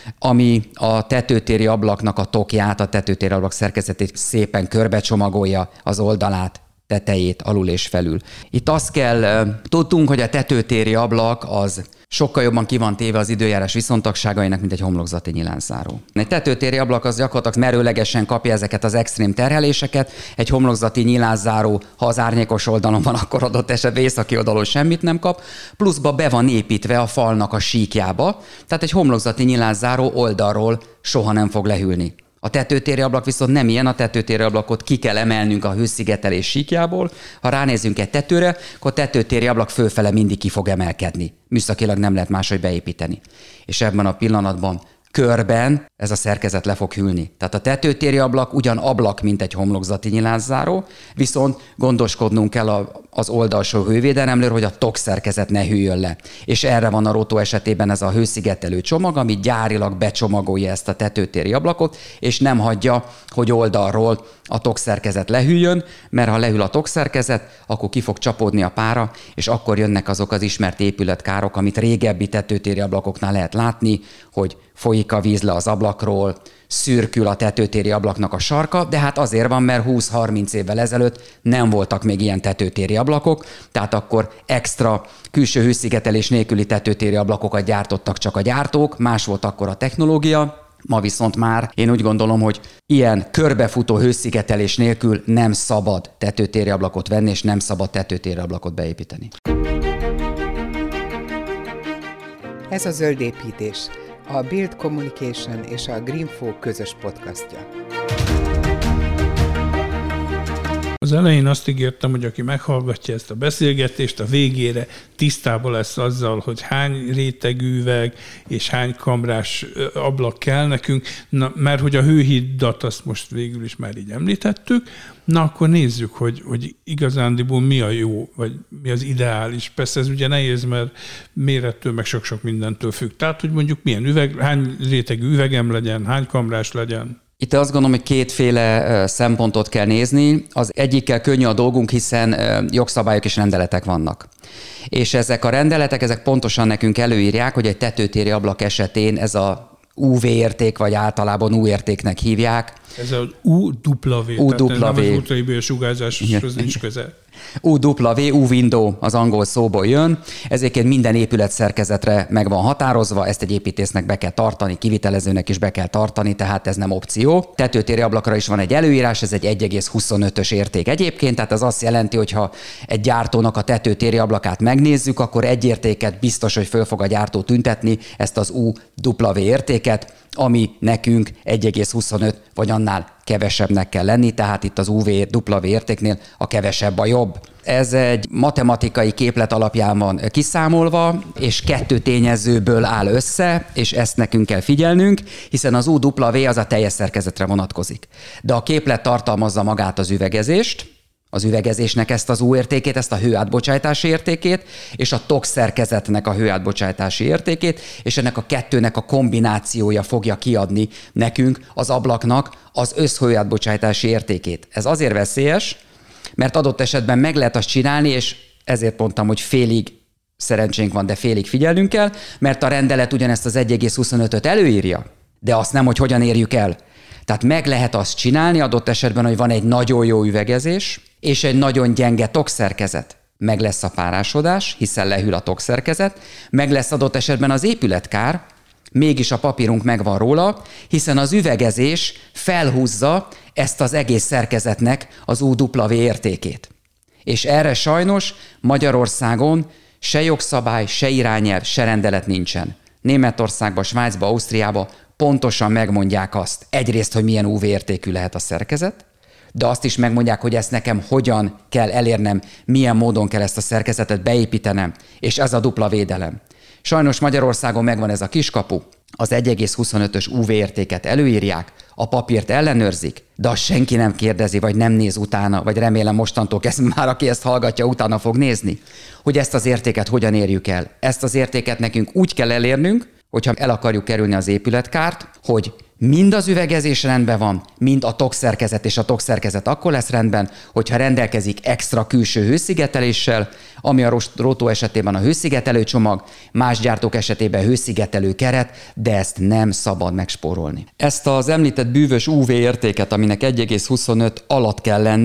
ami a tetőtéri ablaknak a tokját, a tetőtéri ablak szerkezetét szépen körbecsomagolja, az oldalát tetejét alul és felül. Itt azt kell, tudtunk, hogy a tetőtéri ablak az sokkal jobban ki van téve az időjárás viszontagságainak, mint egy homlokzati nyilázzáró. Egy tetőtéri ablak az gyakorlatilag merőlegesen kapja ezeket az extrém terheléseket, egy homlokzati nyilázzáró, ha az árnyékos oldalon van, akkor adott esetben északi oldalon semmit nem kap, pluszba be van építve a falnak a síkjába, tehát egy homlokzati nyilázzáró oldalról soha nem fog lehűlni. A tetőtéri ablak viszont nem ilyen, a tetőtéri ablakot ki kell emelnünk a hőszigetelés síkjából. Ha ránézünk egy tetőre, akkor a tetőtéri ablak fölfele mindig ki fog emelkedni. Műszakilag nem lehet máshogy beépíteni. És ebben a pillanatban körben ez a szerkezet le fog hűlni. Tehát a tetőtéri ablak ugyan ablak, mint egy homlokzati nyilázzáró, viszont gondoskodnunk kell a, az oldalsó hővédelemről, hogy a tokszerkezet ne hűljön le. És erre van a rotó esetében ez a hőszigetelő csomag, ami gyárilag becsomagolja ezt a tetőtéri ablakot, és nem hagyja, hogy oldalról a tokszerkezet lehűljön, mert ha lehűl a tokszerkezet, akkor ki fog csapódni a pára, és akkor jönnek azok az ismert épületkárok, amit régebbi tetőtéri ablakoknál lehet látni, hogy folyik a víz le az ablakról, szürkül a tetőtéri ablaknak a sarka, de hát azért van, mert húsz-harminc évvel ezelőtt nem voltak még ilyen tetőtéri ablakok, tehát akkor extra külső hőszigetelés nélküli tetőtéri ablakokat gyártottak csak a gyártók, más volt akkor a technológia. Ma viszont már én úgy gondolom, hogy ilyen körbefutó hőszigetelés nélkül nem szabad tetőtéri ablakot venni, és nem szabad tetőtéri ablakot beépíteni. Ez a Zöld építés, a Build Communication és a Greenfo közös podcastja. Az elején azt ígértem, hogy aki meghallgatja ezt a beszélgetést, a végére tisztában lesz azzal, hogy hány rétegű üveg és hány kamrás ablak kell nekünk, na, mert hogy a hőhidat azt most végül is már így említettük, na akkor nézzük, hogy, hogy igazándiból mi a jó, vagy mi az ideális. Persze ez ugye nehéz, mert mérettől, meg sok-sok mindentől függ. Tehát, hogy mondjuk milyen üveg, hány rétegű üvegem legyen, hány kamrás legyen. Itt azt gondolom, hogy kétféle szempontot kell nézni. Az egyikkel könnyű a dolgunk, hiszen jogszabályok és rendeletek vannak. És ezek a rendeletek, ezek pontosan nekünk előírják, hogy egy tetőtéri ablak esetén ez a u vé érték, vagy általában U-értéknek hívják. Ez az U W, U W. Tehát nem az ultraiből sugárzáshoz nincs közel. U W, U-window az angol szóból jön, ezért minden épület szerkezetre meg van határozva, ezt egy építésznek be kell tartani, kivitelezőnek is be kell tartani, tehát ez nem opció. Tetőtéri ablakra is van egy előírás, ez egy egy egész huszonötös érték egyébként, tehát ez azt jelenti, hogy ha egy gyártónak a tetőtéri ablakát megnézzük, akkor egy értéket biztos, hogy föl fog a gyártó tüntetni, ezt az U W értéket, ami nekünk egy egész huszonöt vagy annál kevesebbnek kell lenni, tehát itt az u vé W értéknél a kevesebb a jobb. Ez egy matematikai képlet alapján van kiszámolva, és kettő tényezőből áll össze, és ezt nekünk kell figyelnünk, hiszen az u W az a teljes szerkezetre vonatkozik. De a képlet tartalmazza magát az üvegezést, az üvegezésnek ezt az U-értékét, ezt a hőátbocsátási értékét, és a tokszerkezetnek a hőátbocsátási értékét, és ennek a kettőnek a kombinációja fogja kiadni nekünk az ablaknak az összhőátbocsátási értékét. Ez azért veszélyes, mert adott esetben meg lehet azt csinálni, és ezért mondtam, hogy félig szerencsénk van, de félig figyelnünk kell, mert a rendelet ugyanezt az egy egész huszonötöt előírja, de azt nem, hogy hogyan érjük el. Tehát meg lehet azt csinálni adott esetben, hogy van egy nagyon jó üvegezés, és egy nagyon gyenge tokszerkezet. Meg lesz a párásodás, hiszen lehűl a tokszerkezet, meg lesz adott esetben az épületkár, mégis a papírunk megvan róla, hiszen az üvegezés felhúzza ezt az egész szerkezetnek az u W értékét. És erre sajnos Magyarországon se jogszabály, se irányelv, se rendelet nincsen. Németországban, Svájcban, Ausztriában pontosan megmondják azt, egyrészt, hogy milyen u vé értékű lehet a szerkezet, de azt is megmondják, hogy ezt nekem hogyan kell elérnem, milyen módon kell ezt a szerkezetet beépítenem, és ez a dupla védelem. Sajnos Magyarországon megvan ez a kiskapu, az egy egész huszonötös u vé értéket előírják, a papírt ellenőrzik, de azt senki nem kérdezi, vagy nem néz utána, vagy remélem mostantól kezdve már, aki ezt hallgatja, utána fog nézni, hogy ezt az értéket hogyan érjük el. Ezt az értéket nekünk úgy kell elérnünk, hogyha el akarjuk kerülni az épületkárt, hogy mind az üvegezés rendben van, mind a tokszerkezet, és a tokszerkezet akkor lesz rendben, hogyha rendelkezik extra külső hőszigeteléssel, ami a rotó esetében a hőszigetelő csomag, más gyártók esetében hőszigetelő keret, de ezt nem szabad megspórolni. Ezt az említett bűvös u vé értéket, aminek egy egész huszonöt alatt kell lenni,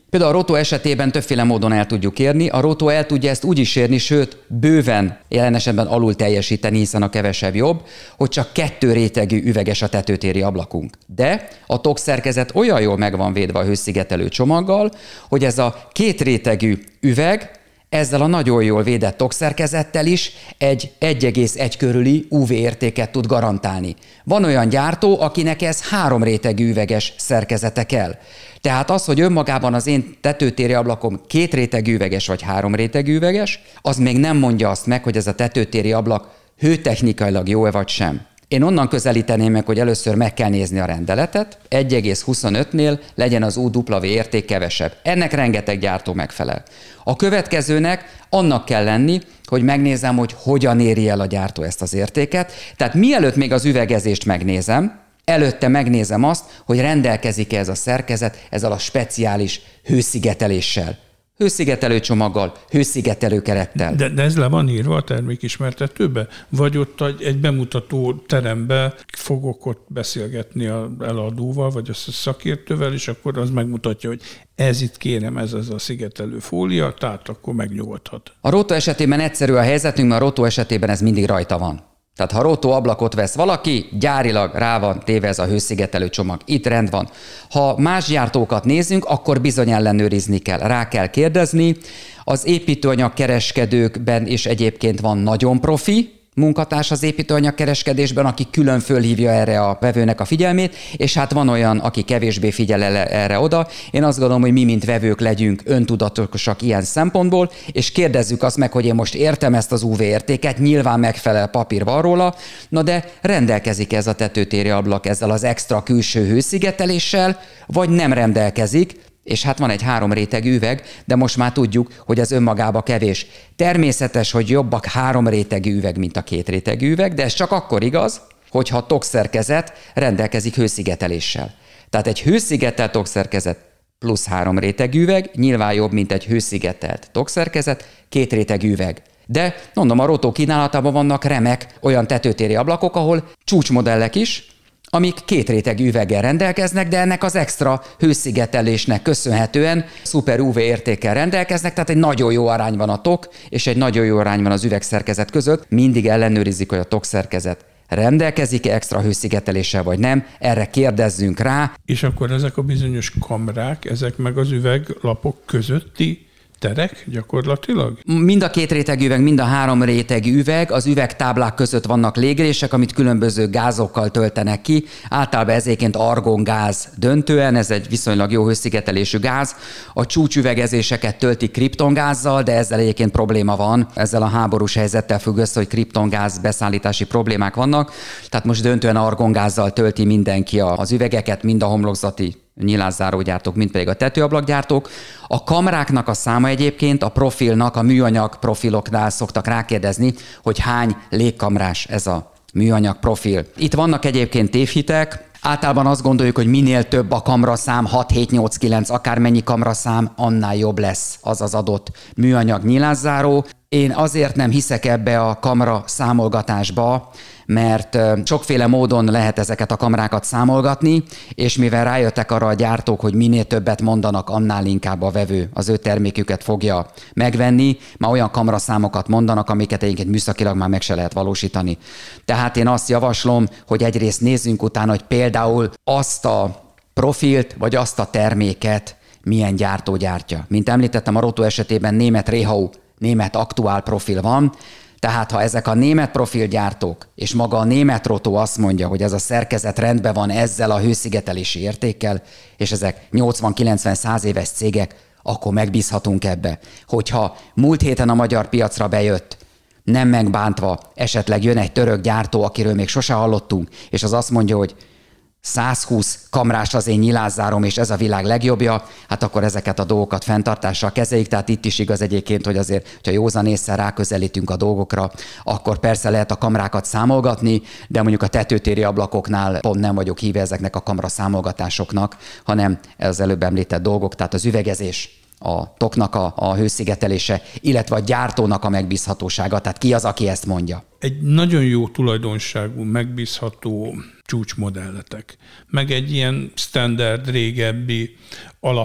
Például a Roto esetében többféle módon el tudjuk érni. A Roto el tudja ezt úgy is érni, sőt, bőven jelen esetben alul teljesíteni, hiszen a kevesebb jobb, hogy csak kettő rétegű üveges a tetőtéri ablakunk. De a tok szerkezet olyan jól meg van védve a hőszigetelő csomaggal, hogy ez a két rétegű üveg ezzel a nagyon jól védett tokszerkezettel is egy egy egész egy körüli ú vé értéket tud garantálni. Van olyan gyártó, akinek ez három rétegű üveges szerkezete kell. Tehát az, hogy önmagában az én tetőtéri ablakom két rétegű üveges vagy három rétegű üveges, az még nem mondja azt meg, hogy ez a tetőtéri ablak hőtechnikailag jó-e vagy sem. Én onnan közelíteném meg, hogy először meg kell nézni a rendeletet, egy egész huszonötnél legyen az u dupla vé érték kevesebb. Ennek rengeteg gyártó megfelel. A következőnek annak kell lenni, hogy megnézem, hogy hogyan éri el a gyártó ezt az értéket. Tehát mielőtt még az üvegezést megnézem, előtte megnézem azt, hogy rendelkezik-e ez a szerkezet ezzel a speciális hőszigeteléssel. Hőszigetelő csomaggal, hőszigetelő kerettel. De, de ez le van írva a termékismertetőbe? Vagy ott egy bemutató terembe fogok ott beszélgetni az eladóval, vagy a szakértővel, és akkor az megmutatja, hogy ez itt kérem, ez az a szigetelő fólia, tehát akkor megnyugodhat. A Roto esetében egyszerű a helyzetünk, mert a Roto esetében ez mindig rajta van. Tehát ha Roto ablakot vesz valaki, gyárilag rá van téve ez a hőszigetelő csomag. Itt rend van. Ha más gyártókat nézünk, akkor bizony ellenőrizni kell. Rá kell kérdezni. Az építőanyag kereskedőkben is egyébként van nagyon profi munkatárs az építőanyagkereskedésben, aki külön fölhívja erre a vevőnek a figyelmét, és hát van olyan, aki kevésbé figyel erre oda. Én azt gondolom, hogy mi, mint vevők legyünk öntudatosak ilyen szempontból, és kérdezzük azt meg, hogy én most értem ezt az ú vé értéket, nyilván megfelel, papír van róla, na de rendelkezik ez a tetőtéri ablak ezzel az extra külső hőszigeteléssel, vagy nem rendelkezik, és hát van egy három rétegű üveg, de most már tudjuk, hogy ez önmagába kevés. Természetes, hogy jobbak három rétegű üveg, mint a két rétegű üveg, de ez csak akkor igaz, hogyha a tokszerkezet rendelkezik hőszigeteléssel. Tehát egy hőszigetelt tokszerkezet plusz három rétegű üveg nyilván jobb, mint egy hőszigetelt tokszerkezet, két rétegű üveg. De mondom, a Roto kínálatában vannak remek olyan tetőtéri ablakok, ahol csúcsmodellek is, amik két rétegű üveggel rendelkeznek, de ennek az extra hőszigetelésnek köszönhetően szuper ú vé értékkel rendelkeznek, tehát egy nagyon jó arány van a tok, és egy nagyon jó arány van az üvegszerkezet között. Mindig ellenőrizik, hogy a tokszerkezet rendelkezik-e extra hőszigeteléssel, vagy nem, erre kérdezzünk rá. És akkor ezek a bizonyos kamrák, ezek meg az üveglapok közötti terek gyakorlatilag? Mind a két rétegű üveg, mind a három rétegű üveg, az üvegtáblák között vannak légrések, amit különböző gázokkal töltenek ki. Általában ezéként argongáz döntően, ez egy viszonylag jó hőszigetelésű gáz. A csúcsüvegezéseket töltik kriptongázzal, de ezzel egyébként probléma van. Ezzel a háborús helyzettel függ össze, hogy kriptongáz beszállítási problémák vannak. Tehát most döntően argongázzal tölti mindenki az üvegeket, mind a homlokzati nyilászárógyártók, mint pedig a tetőablakgyártók. A kamráknak a száma egyébként a profilnak, a műanyag profiloknál szoktak rákérdezni, hogy hány légkamrás ez a műanyag profil. Itt vannak egyébként tévhitek, általában azt gondoljuk, hogy minél több a kamraszám, hat, hét, nyolc, kilenc, akármennyi kamraszám, annál jobb lesz az az adott műanyag nyilászáró. Én azért nem hiszek ebbe a kamra számolgatásba, mert sokféle módon lehet ezeket a kamrákat számolgatni, és mivel rájöttek arra a gyártók, hogy minél többet mondanak, annál inkább a vevő az ő terméküket fogja megvenni, már olyan kamraszámokat mondanak, amiket egyébként műszakilag már meg se lehet valósítani. Tehát én azt javaslom, hogy egyrészt nézzünk utána, hogy például azt a profilt, vagy azt a terméket milyen gyártó gyártja. Mint említettem, a Roto esetében német Rehau, német aktuál profil van, tehát ha ezek a német profilgyártók, és maga a német Roto azt mondja, hogy ez a szerkezet rendben van ezzel a hőszigetelési értékkel, és ezek nyolcvan-kilencven-száz éves cégek, akkor megbízhatunk ebbe. Hogyha múlt héten a magyar piacra bejött, nem megbántva, esetleg jön egy török gyártó, akiről még sose hallottunk, és az azt mondja, hogy száz húsz kamrás az én nyilászárom, és ez a világ legjobbja, hát akkor ezeket a dolgokat fenntartással kezeljük. Tehát itt is igaz egyébként, hogy azért, hogyha józan ésszel ráközelítünk a dolgokra, akkor persze lehet a kamrákat számolgatni, de mondjuk a tetőtéri ablakoknál pont nem vagyok híve ezeknek a kamra számolgatásoknak, hanem az előbb említett dolgok, tehát az üvegezés, a toknak a, a hőszigetelése, illetve a gyártónak a megbízhatósága. Tehát ki az, aki ezt mondja? Egy nagyon jó tulajdonságú, megbízható csúcsmodelletek, meg egy ilyen standard, régebbi alap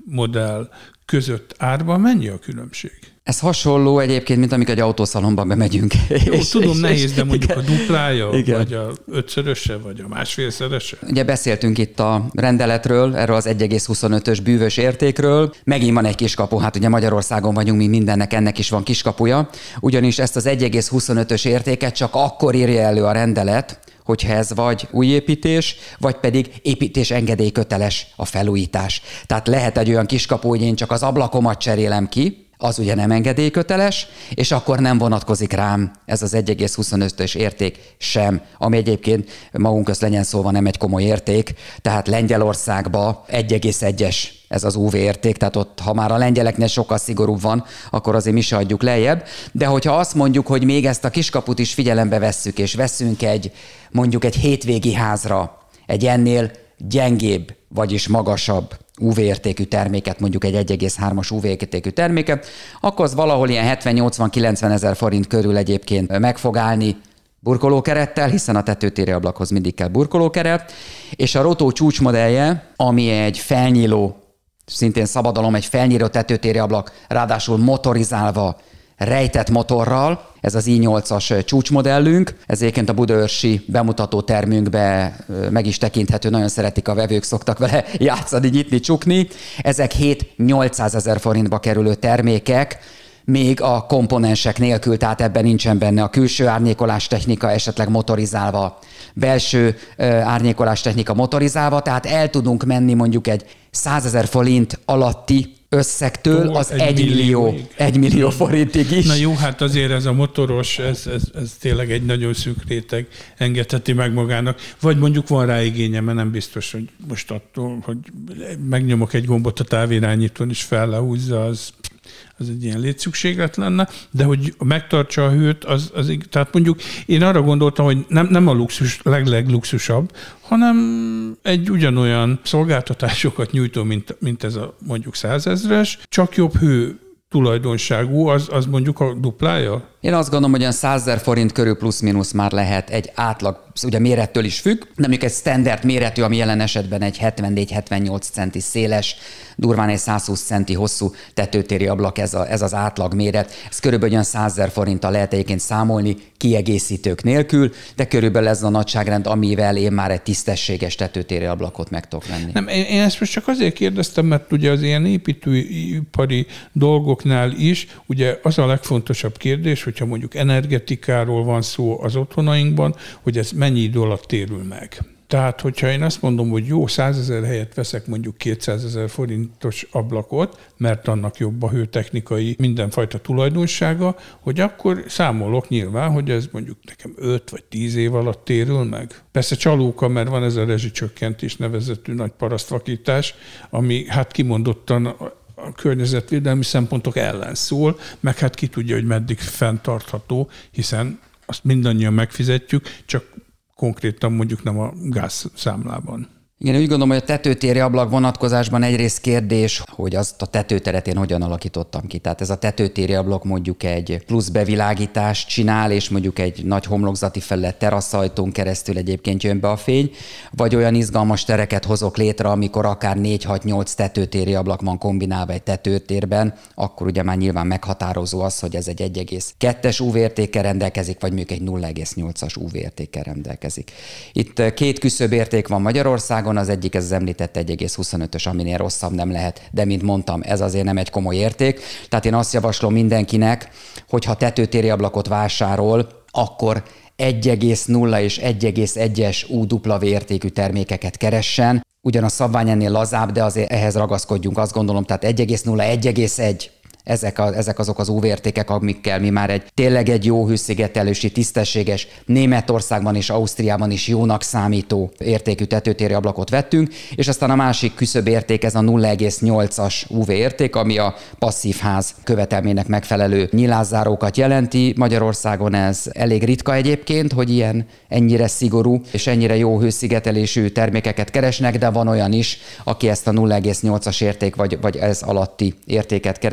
modell között árban mennyi a különbség? Ez hasonló egyébként, mint amikor egy autószalomban bemegyünk. Jó, és, tudom, és, nehéz, de mondjuk igen, a duplája, igen. vagy a ötszöröse, vagy a másfélszerese. Ugye beszéltünk itt a rendeletről, erről az egy egész huszonötös bűvös értékről. Megint van egy kiskapu, hát ugye Magyarországon vagyunk, mi mindennek, ennek is van kiskapuja. Ugyanis ezt az egy egész huszonötös értéket csak akkor írja elő a rendelet, hogyha ez vagy új építés, vagy pedig építés engedélyköteles a felújítás. Tehát lehet egy olyan kiskapu, hogy én csak az ablakomat cserélem ki, az ugye nem engedélyköteles, és akkor nem vonatkozik rám ez az egy egész huszonötös érték sem, ami egyébként magunk közt legyen szólva nem egy komoly érték, tehát Lengyelországban egy egész egyes ez az ú vé érték, tehát ott, ha már a lengyeleknél sokkal szigorúbb van, akkor azért mi se adjuk lejjebb, de hogyha azt mondjuk, hogy még ezt a kiskaput is figyelembe vesszük, és veszünk egy, mondjuk egy hétvégi házra, egy ennél gyengébb, vagyis magasabb ú vé értékű terméket, mondjuk egy egy egész hármas ú vé értékű terméket, akkor az valahol ilyen hetven-nyolcvan-kilencven ezer forint körül egyébként meg fog állni burkolókerettel, hiszen a tetőtéri ablakhoz mindig kell burkolókeret, és a Rotó csúcsmodellje, ami egy felnyíló, szintén szabadalom, egy felnyíló tetőtéri ablak, ráadásul motorizálva, rejtett motorral, ez az i nyolcas csúcsmodellünk, ez egyébként a budaörsi bemutató termünkbe meg is tekinthető, nagyon szeretik a vevők, szoktak vele játszani, nyitni, csukni. Ezek hét-nyolcszázezer forintba kerülő termékek, még a komponensek nélkül, tehát ebben nincsen benne a külső árnyékolás technika, esetleg motorizálva, belső árnyékolás technika motorizálva, tehát el tudunk menni mondjuk egy százezer forint alatti összegtől az egy, egy millió, egy millió forintig is. Na jó, hát azért ez a motoros, ez, ez, ez tényleg egy nagyon szűk réteg engedheti meg magának. Vagy mondjuk van rá igénye, mert nem biztos, hogy most attól, hogy megnyomok egy gombot a távirányítón és fellehúzza, az, az egy ilyen létszükséglet lenne, de hogy megtartsa a hőt, az, az tehát mondjuk én arra gondoltam, hogy nem, nem a luxus, leglegluxusabb, hanem egy ugyanolyan szolgáltatásokat nyújtó, mint, mint ez a mondjuk százezres, csak jobb hő tulajdonságú, az, az mondjuk a duplája? Én azt gondolom, hogy olyan százezer forint körül plusz-minusz már lehet egy átlag, ugye mérettől is függ, de mondjuk egy standard méretű, ami jelen esetben egy hetvennégy-hetvennyolc centi széles, durván egy százhúsz centi hosszú tetőtéri ablak, ez, a, ez az átlag méret. Ez körülbelül olyan százezer forinttal lehet egyébként számolni kiegészítők nélkül, de körülbelül ez a nagyságrend, amivel én már egy tisztességes tetőtéri ablakot meg tudok venni. Nem, én ezt most csak azért kérdeztem, mert ugye az ilyen építőipari dolgoknál is, ugye az a legfontosabb kérdés, hogyha mondjuk energetikáról van szó az otthonainkban, hogy ez mennyi idő alatt térül meg. Tehát, hogyha én azt mondom, hogy jó, százezer helyett veszek mondjuk kétszázezer forintos ablakot, mert annak jobb a hőtechnikai mindenfajta tulajdonsága, hogy akkor számolok nyilván, hogy ez mondjuk nekem öt vagy tíz év alatt térül meg. Persze csalóka, mert van ez a rezsicsökkentés nevezetű nagy parasztvakítás, ami hát kimondottan a környezetvédelmi szempontok ellen szól, meg hát ki tudja, hogy meddig fenntartható, hiszen azt mindannyian megfizetjük, csak konkrétan mondjuk nem a gázszámlában. Igen, úgy gondolom, hogy a tetőtéri ablak vonatkozásban egyrészt kérdés, hogy azt a tetőteret én hogyan alakítottam ki. Tehát ez a tetőtéri ablak mondjuk egy plusz bevilágítást csinál, és mondjuk egy nagy homlokzati felület teraszajtón keresztül egyébként jön be a fény, vagy olyan izgalmas tereket hozok létre, amikor akár négy-hat-nyolc tetőtéri ablak van kombinálva egy tetőtérben, akkor ugye már nyilván meghatározó az, hogy ez egy egy egész kettes ú vé értékkel rendelkezik, vagy mondjuk egy nulla egész nyolcas ú vé értékkel rendelkezik. Itt két küszöbérték van Magyarországon, az egyik ez az említett egy egész huszonötös, aminél rosszabb nem lehet, de mint mondtam, ez azért nem egy komoly érték. Tehát én azt javaslom mindenkinek, hogy ha tetőtéri ablakot vásárol, akkor egy egész nulla és egy egész egyes U W értékű termékeket keressen. Ugyan a szabvány ennél lazább, de azért ehhez ragaszkodjunk, azt gondolom, tehát egy egész nulla, egy egész egy. Ezek, a, ezek azok az ú vé értékek, amikkel mi már egy tényleg egy jó hőszigetelősi, tisztességes, Németországban és Ausztriában is jónak számító értékű tetőtéri ablakot vettünk, és aztán a másik küszöb érték, ez a nulla egész nyolcas ú vé érték, ami a passzív ház követelménynek megfelelő nyilászárókat jelenti. Magyarországon ez elég ritka egyébként, hogy ilyen ennyire szigorú és ennyire jó hőszigetelésű termékeket keresnek, de van olyan is, aki ezt a nulla egész nyolcas érték vagy, vagy ez alatti értéket keres, hiszen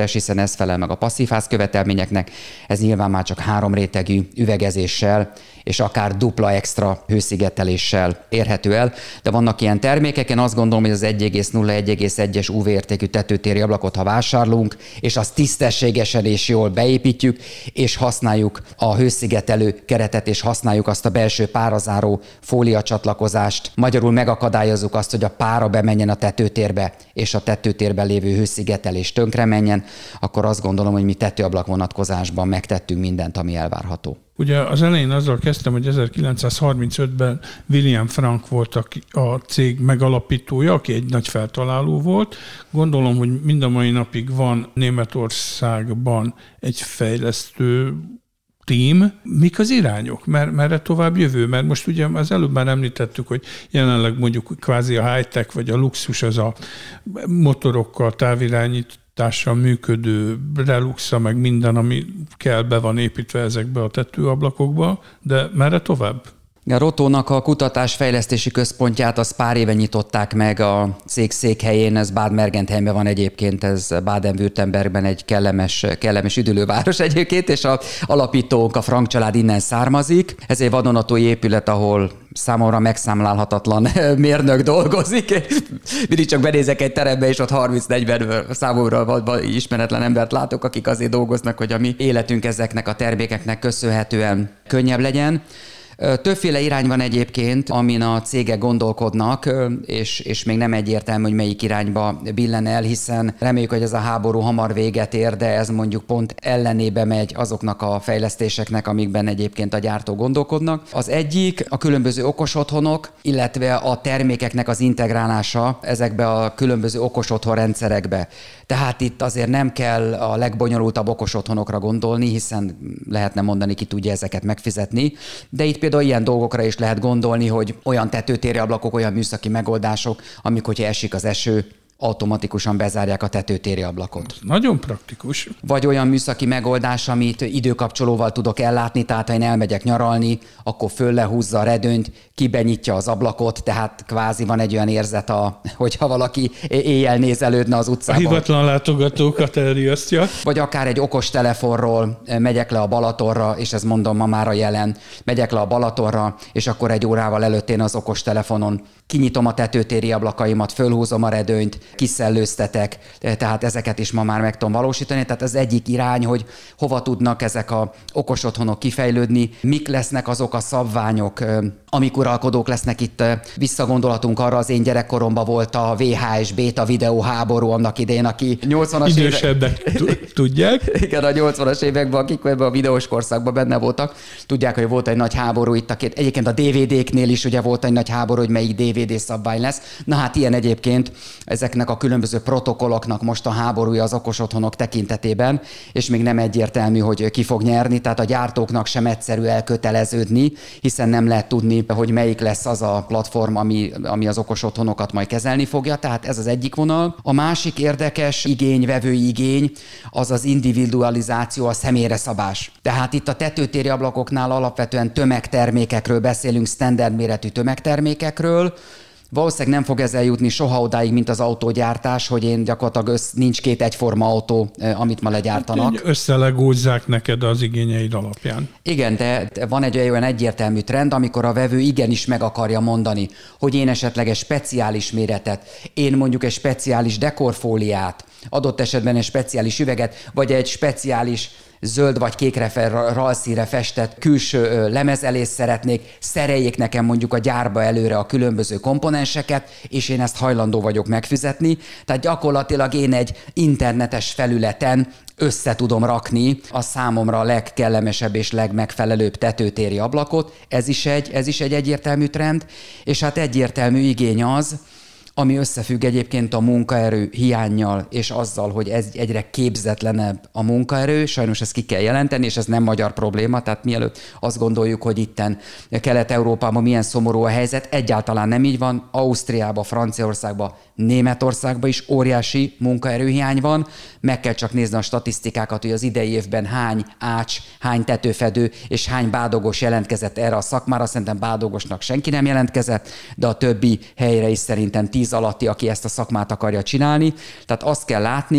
ez felel meg a passzívház követelményeknek, ez nyilván már csak három rétegű üvegezéssel és akár dupla extra hőszigeteléssel érhető el, de vannak ilyen termékek, én azt gondolom, hogy az egy egész nulla egy egész egyes ú vé értékű tetőtéri ablakot, ha vásárlunk, és azt tisztességesen és jól beépítjük, és használjuk a hőszigetelő keretet, és használjuk azt a belső párazáró fóliacsatlakozást, magyarul megakadályozzuk azt, hogy a pára bemenjen a tetőtérbe, és a tetőtérben lévő hőszigetelés tönkre menjen, akkor azt gondolom, hogy mi tetőablak vonatkozásban megtettünk mindent, ami elvárható. Ugye az elején azzal kezdtem, hogy ezerkilencszázharmincötben William Frank volt a cég megalapítója, aki egy nagy feltaláló volt. Gondolom, hogy mind a mai napig van Németországban egy fejlesztő tím. Mik az irányok? Mert merre tovább jövő? Mert most ugye az előbb már említettük, hogy jelenleg mondjuk kvázi a high-tech vagy a luxus az a motorokkal, távirányítással működő Reluxa, meg minden, ami kell, be van építve ezekbe a tetőablakokba, de merre tovább? A Rotónak a kutatásfejlesztési központját az pár éve nyitották meg a cég székhelyén, ez Bad Mergentheimben van egyébként, ez Baden-Württembergben egy kellemes, kellemes üdülőváros egyébként, és a alapítónk, a Frank család innen származik. Ez egy vadonatúj épület, ahol számomra megszámlálhatatlan mérnök dolgozik. Mindig csak benézek egy terembe, és ott harminc-negyven számomra ismeretlen embert látok, akik azért dolgoznak, hogy a mi életünk ezeknek a termékeknek köszönhetően könnyebb legyen. Többféle irány van egyébként, amin a cégek gondolkodnak, és, és még nem egyértelmű, hogy melyik irányba billen el, hiszen reméljük, hogy ez a háború hamar véget ér, de ez mondjuk pont ellenébe megy azoknak a fejlesztéseknek, amikben egyébként a gyártók gondolkodnak. Az egyik a különböző okos otthonok, illetve a termékeknek az integrálása ezekbe a különböző okos otthon rendszerekbe. Tehát itt azért nem kell a legbonyolultabb okos otthonokra gondolni, hiszen lehetne mondani, ki tudja ezeket megfizetni, de itt például ilyen dolgokra is lehet gondolni, hogy olyan tetőtéri ablakok, olyan műszaki megoldások, amik, hogyha esik az eső, automatikusan bezárják a tetőtéri ablakot. Nagyon praktikus. Vagy olyan műszaki megoldás, amit időkapcsolóval tudok ellátni, tehát ha én elmegyek nyaralni, akkor föl lehúzza a redőnyt, kibenyitja az ablakot, tehát kvázi van egy olyan érzet, a, hogyha valaki éjjel nézelődne az utcában. A hivatlan látogatókat elriasztja. Vagy akár egy okos telefonról megyek le a Balatonra, és ez mondom ma már a jelen, megyek le a Balatonra, és akkor egy órával előtt én az okos telefonon kinyitom a tetőtéri ablakaimat, fölhúzom a redőnyt, kiszellőztetek, tehát ezeket is ma már meg tudom valósítani. Tehát az egyik irány, hogy hova tudnak ezek a okos otthonok kifejlődni, mik lesznek azok a szabványok, amik uralkodók lesznek itt. Visszagondolatunk arra, az én gyerekkoromban volt a vé há es béta videó háború annak idején, aki nyolcvanas évek... Idősebbek tudják. Igen, a nyolcvanas években, akik ebben a videós korszakban benne voltak, tudják, hogy volt egy nagy háború itt a két. Egyébként a dé vé dé-knél is ugye volt egy nagy háború, hogy melyik dé vé dé szabvány lesz. Na hát ilyen egyébként ezeknek a különböző protokolloknak most a háborúja az okos otthonok tekintetében, és még nem egyértelmű, hogy ki fog nyerni, tehát a gyártóknak sem egyszerű elköteleződni, hiszen nem lehet tudni, hogy melyik lesz az a platform, ami, ami az okos otthonokat majd kezelni fogja, tehát ez az egyik vonal. A másik érdekes igény, vevői igény, az az individualizáció, a személyre szabás. Tehát itt a tetőtéri ablakoknál alapvetően tömegtermékekről beszélünk, standard méretű tömegtermékekről. Valószínűleg nem fog ez eljutni soha odáig, mint az autógyártás, hogy én gyakorlatilag össz, nincs két egyforma autó, amit ma legyártanak. Hát, összelegózzák neked az igényeid alapján. Igen, de van egy olyan egyértelmű trend, amikor a vevő igenis meg akarja mondani, hogy én esetleg egy speciális méretet, én mondjuk egy speciális dekorfóliát, adott esetben egy speciális üveget, vagy egy speciális zöld vagy kékre, ralszínre festett külső lemezelést szeretnék, szereljék nekem mondjuk a gyárba előre a különböző komponenseket, és én ezt hajlandó vagyok megfizetni. Tehát gyakorlatilag én egy internetes felületen össze tudom rakni a számomra a legkellemesebb és legmegfelelőbb tetőtéri ablakot. Ez is egy, ez is egy egyértelmű trend, és hát egyértelmű igény az, ami összefügg egyébként a munkaerő hiánnyal, és azzal, hogy ez egyre képzetlenebb a munkaerő, sajnos ezt ki kell jelenteni, és ez nem magyar probléma, tehát mielőtt azt gondoljuk, hogy itten Kelet-Európában milyen szomorú a helyzet, egyáltalán nem így van, Ausztriában, Franciaországban, Németországban is óriási munkaerőhiány van, meg kell csak nézni a statisztikákat, hogy az idei évben hány ács, hány tetőfedő és hány bádogos jelentkezett erre a szakmára, szerintem bádogosnak senki nem jelentkezett, de a többi helyre is szerintem tíz alatti, aki ezt a szakmát akarja csinálni. Tehát azt kell látni,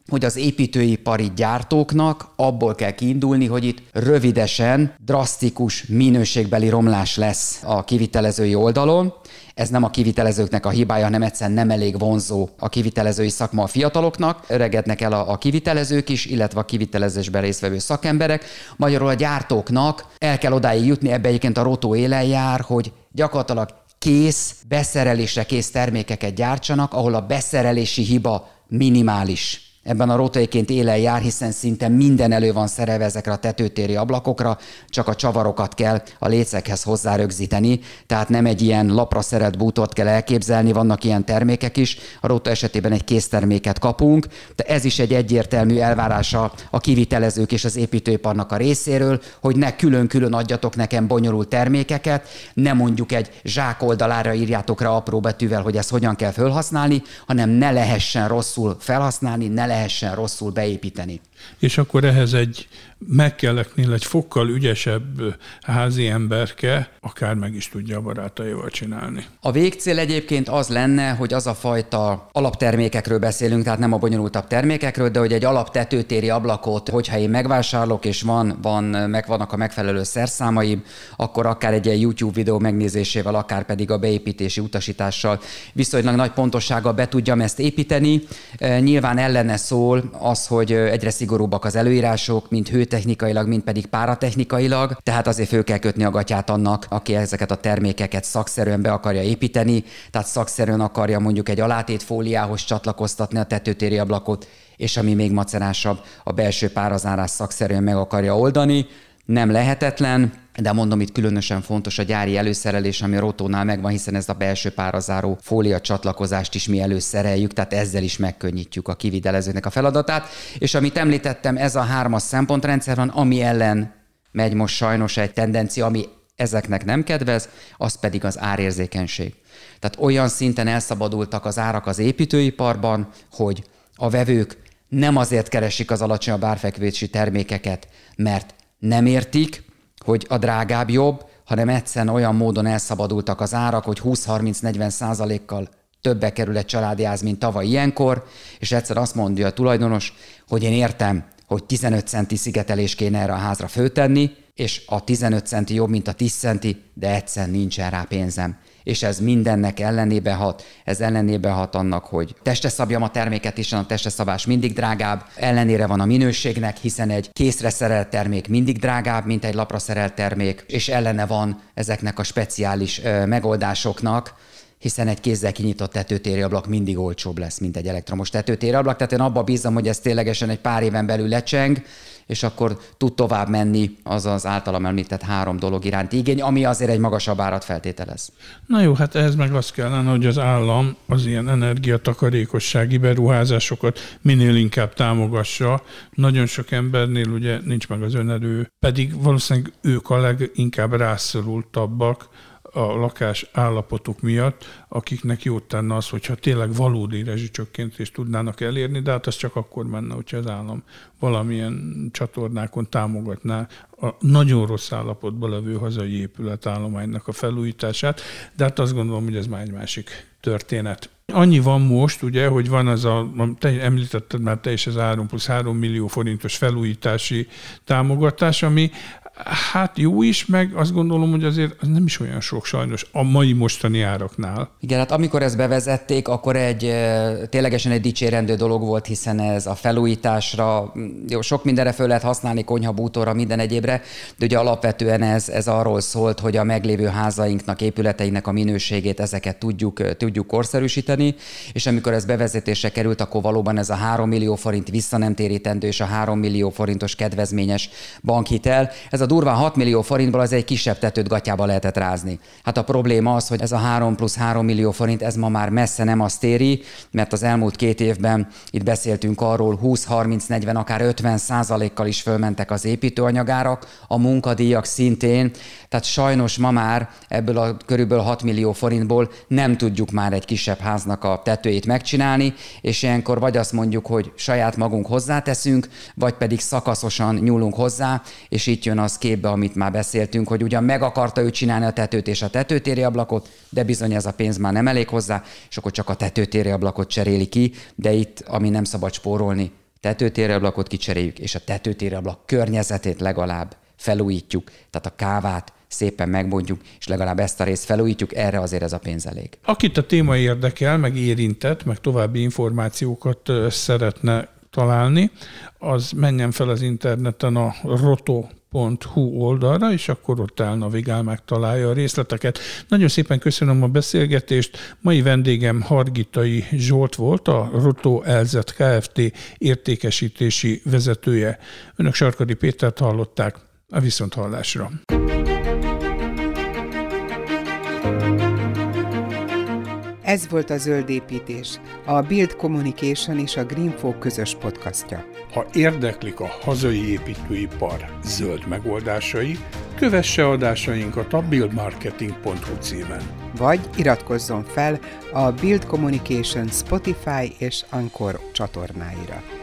hogy az építőipari gyártóknak abból kell kiindulni, hogy itt rövidesen drasztikus minőségbeli romlás lesz a kivitelezői oldalon. Ez nem a kivitelezőknek a hibája, hanem egyszerűen nem elég vonzó a kivitelezői szakma a fiataloknak. Öregednek el a, a kivitelezők is, illetve a kivitelezésben résztvevő szakemberek. Magyarul a gyártóknak el kell odáig jutni, ebbe egyébként a Rotó élen jár, hogy gyakorlatilag kész, beszerelésre kész termékeket gyártsanak, ahol a beszerelési hiba minimális. Ebben a Rotóéként élen jár, hiszen szinte minden elő van szerelve ezekre a tetőtéri ablakokra, csak a csavarokat kell a lécekhez hozzá rögzíteni, tehát nem egy ilyen lapra szerelt bútort kell elképzelni, vannak ilyen termékek is. A Rotó esetében egy készterméket kapunk, de ez is egy egyértelmű elvárása a kivitelezők és az építőiparnak a részéről, hogy ne külön-külön adjatok nekem bonyolult termékeket, ne mondjuk egy zsák oldalára írjátok rá apró betűvel, hogy ezt hogyan kell felhasználni, hanem ne lehessen rosszul felhasználni, ne lehessen rosszul beépíteni. És akkor ehhez egy megkeleknél egy fokkal ügyesebb házi emberke akár meg is tudja a barátaival csinálni. A végcél egyébként az lenne, hogy az a fajta alaptermékekről beszélünk, tehát nem a bonyolultabb termékekről, de hogy egy alaptetőtéri ablakot, hogyha én megvásárolok, és van, van, meg vannak a megfelelő szerszámaim, akkor akár egy ilyen YouTube videó megnézésével, akár pedig a beépítési utasítással viszonylag nagy pontossággal be tudjam ezt építeni. Nyilván ellene szól az, hogy egyre szigorúbbak az előírások, mint hőtechnikailag, mint pedig páratechnikailag, tehát azért föl kell kötni a gatyát annak, aki ezeket a termékeket szakszerűen be akarja építeni, tehát szakszerűen akarja mondjuk egy alátétfóliához csatlakoztatni a tetőtéri ablakot, és ami még macerásabb, a belső párazárás szakszerűen meg akarja oldani. Nem lehetetlen, de mondom, itt különösen fontos a gyári előszerelés, ami a Rotónál megvan, hiszen ez a belső párazáró fólia csatlakozást is mi előszereljük, tehát ezzel is megkönnyítjük a kivitelezőnek a feladatát. És amit említettem, ez a hármas szempontrendszer van, ami ellen megy most sajnos egy tendencia, ami ezeknek nem kedvez, az pedig az árérzékenység. Tehát olyan szinten elszabadultak az árak az építőiparban, hogy a vevők nem azért keresik az alacsonyabb árfekvési termékeket, mert nem értik, hogy a drágább jobb, hanem egyszerűen olyan módon elszabadultak az árak, hogy húsz-harminc-negyven százalékkal többe kerül egy családi ház, mint tavaly ilyenkor, és egyszer azt mondja a tulajdonos, hogy én értem, hogy tizenöt centi szigetelés kéne erre a házra föltenni, és a tizenöt centi jobb, mint a tíz centi, de egyszerűen nincsen rá pénzem. És ez mindennek ellenébe hat. Ez ellenébe hat annak, hogy testre szabjam a terméket, hiszen a testre szabás mindig drágább, ellenére van a minőségnek, hiszen egy készre szerelt termék mindig drágább, mint egy lapra szerelt termék, és ellene van ezeknek a speciális ö, megoldásoknak, hiszen egy kézzel kinyitott tetőtéri ablak mindig olcsóbb lesz, mint egy elektromos tetőtéri ablak. Tehát én abba bízom, hogy ez ténylegesen egy pár éven belül lecseng, és akkor tud tovább menni az az általam említett három dolog iránti igény, ami azért egy magasabb árat feltételez. Na jó, hát ehhez meg az kellene, hogy az állam az ilyen energiatakarékossági beruházásokat minél inkább támogassa. Nagyon sok embernél ugye nincs meg az önerő, pedig valószínűleg ők a leginkább rászorultabbak a lakás állapotok miatt, akiknek jót tenne az, hogyha tényleg valódi rezsicsökkentést tudnának elérni, de hát az csak akkor menne, hogyha az állam valamilyen csatornákon támogatná a nagyon rossz állapotban levő hazai épületállománynak a felújítását, de hát azt gondolom, hogy ez már egy másik történet. Annyi van most, ugye, hogy van az a, te említetted már te is, az három plusz három millió forintos felújítási támogatás, ami hát jó is, meg azt gondolom, hogy azért az nem is olyan sok sajnos a mai mostani áraknál. Igen, hát amikor ezt bevezették, akkor egy ténylegesen egy dicsérendő dolog volt, hiszen ez a felújításra, jó, sok mindenre föl lehet használni, konyha, bútorra, minden egyébre, de ugye alapvetően ez, ez arról szólt, hogy a meglévő házainknak, épületeinknek a minőségét, ezeket tudjuk, tudjuk korszerűsíteni, és amikor ez bevezetésre került, akkor valóban ez a három millió forint visszanemtérítendő és a három millió forintos kedvezményes bankhitel, ez a durván hat millió forintból az egy kisebb tetőt gatyába lehetett rázni. Hát a probléma az, hogy ez a három plusz három millió forint, ez ma már messze nem azt éri, mert az elmúlt két évben itt beszéltünk arról, húsz, harminc, negyven, akár ötven százalékkal is fölmentek az építőanyagárak, a munkadíjak szintén, tehát sajnos ma már ebből a körülbelül hat millió forintból nem tudjuk már egy kisebb háznak a tetőjét megcsinálni, és ilyenkor vagy azt mondjuk, hogy saját magunk hozzáteszünk, vagy pedig szakaszosan nyúlunk hozzá, és itt jön az képbe, amit már beszéltünk, hogy ugyan meg akarta ő csinálni a tetőt és a tetőtéri ablakot, de bizony ez a pénz már nem elég hozzá, és akkor csak a tetőtéri ablakot cseréli ki, de itt, ami nem szabad spórolni, tetőtérablakot kicseréljük, és a tetőtérablak környezetét legalább felújítjuk, tehát a kávát szépen megbontjuk, és legalább ezt a részt felújítjuk, erre azért ez a pénz elég. Akit a téma érdekel, meg érintett, meg további információkat szeretne találni, az menjen fel az interneten a roto pont hu oldalra, és akkor ott elnavigál, megtalálja a részleteket. Nagyon szépen köszönöm a beszélgetést. Mai vendégem Hargitai Zsolt volt, a Roto el zet Kft. Értékesítési vezetője. Önök Sarkadi Pétert hallották, a viszonthallásra. Ez volt a Zöld építés, a Build Communication és a Greenfo közös podcastja. Ha érdeklik a hazai építőipar zöld megoldásai, kövesse adásainkat a build marketing pont hu címen. Vagy iratkozzon fel a Build Communication Spotify és Anchor csatornáira.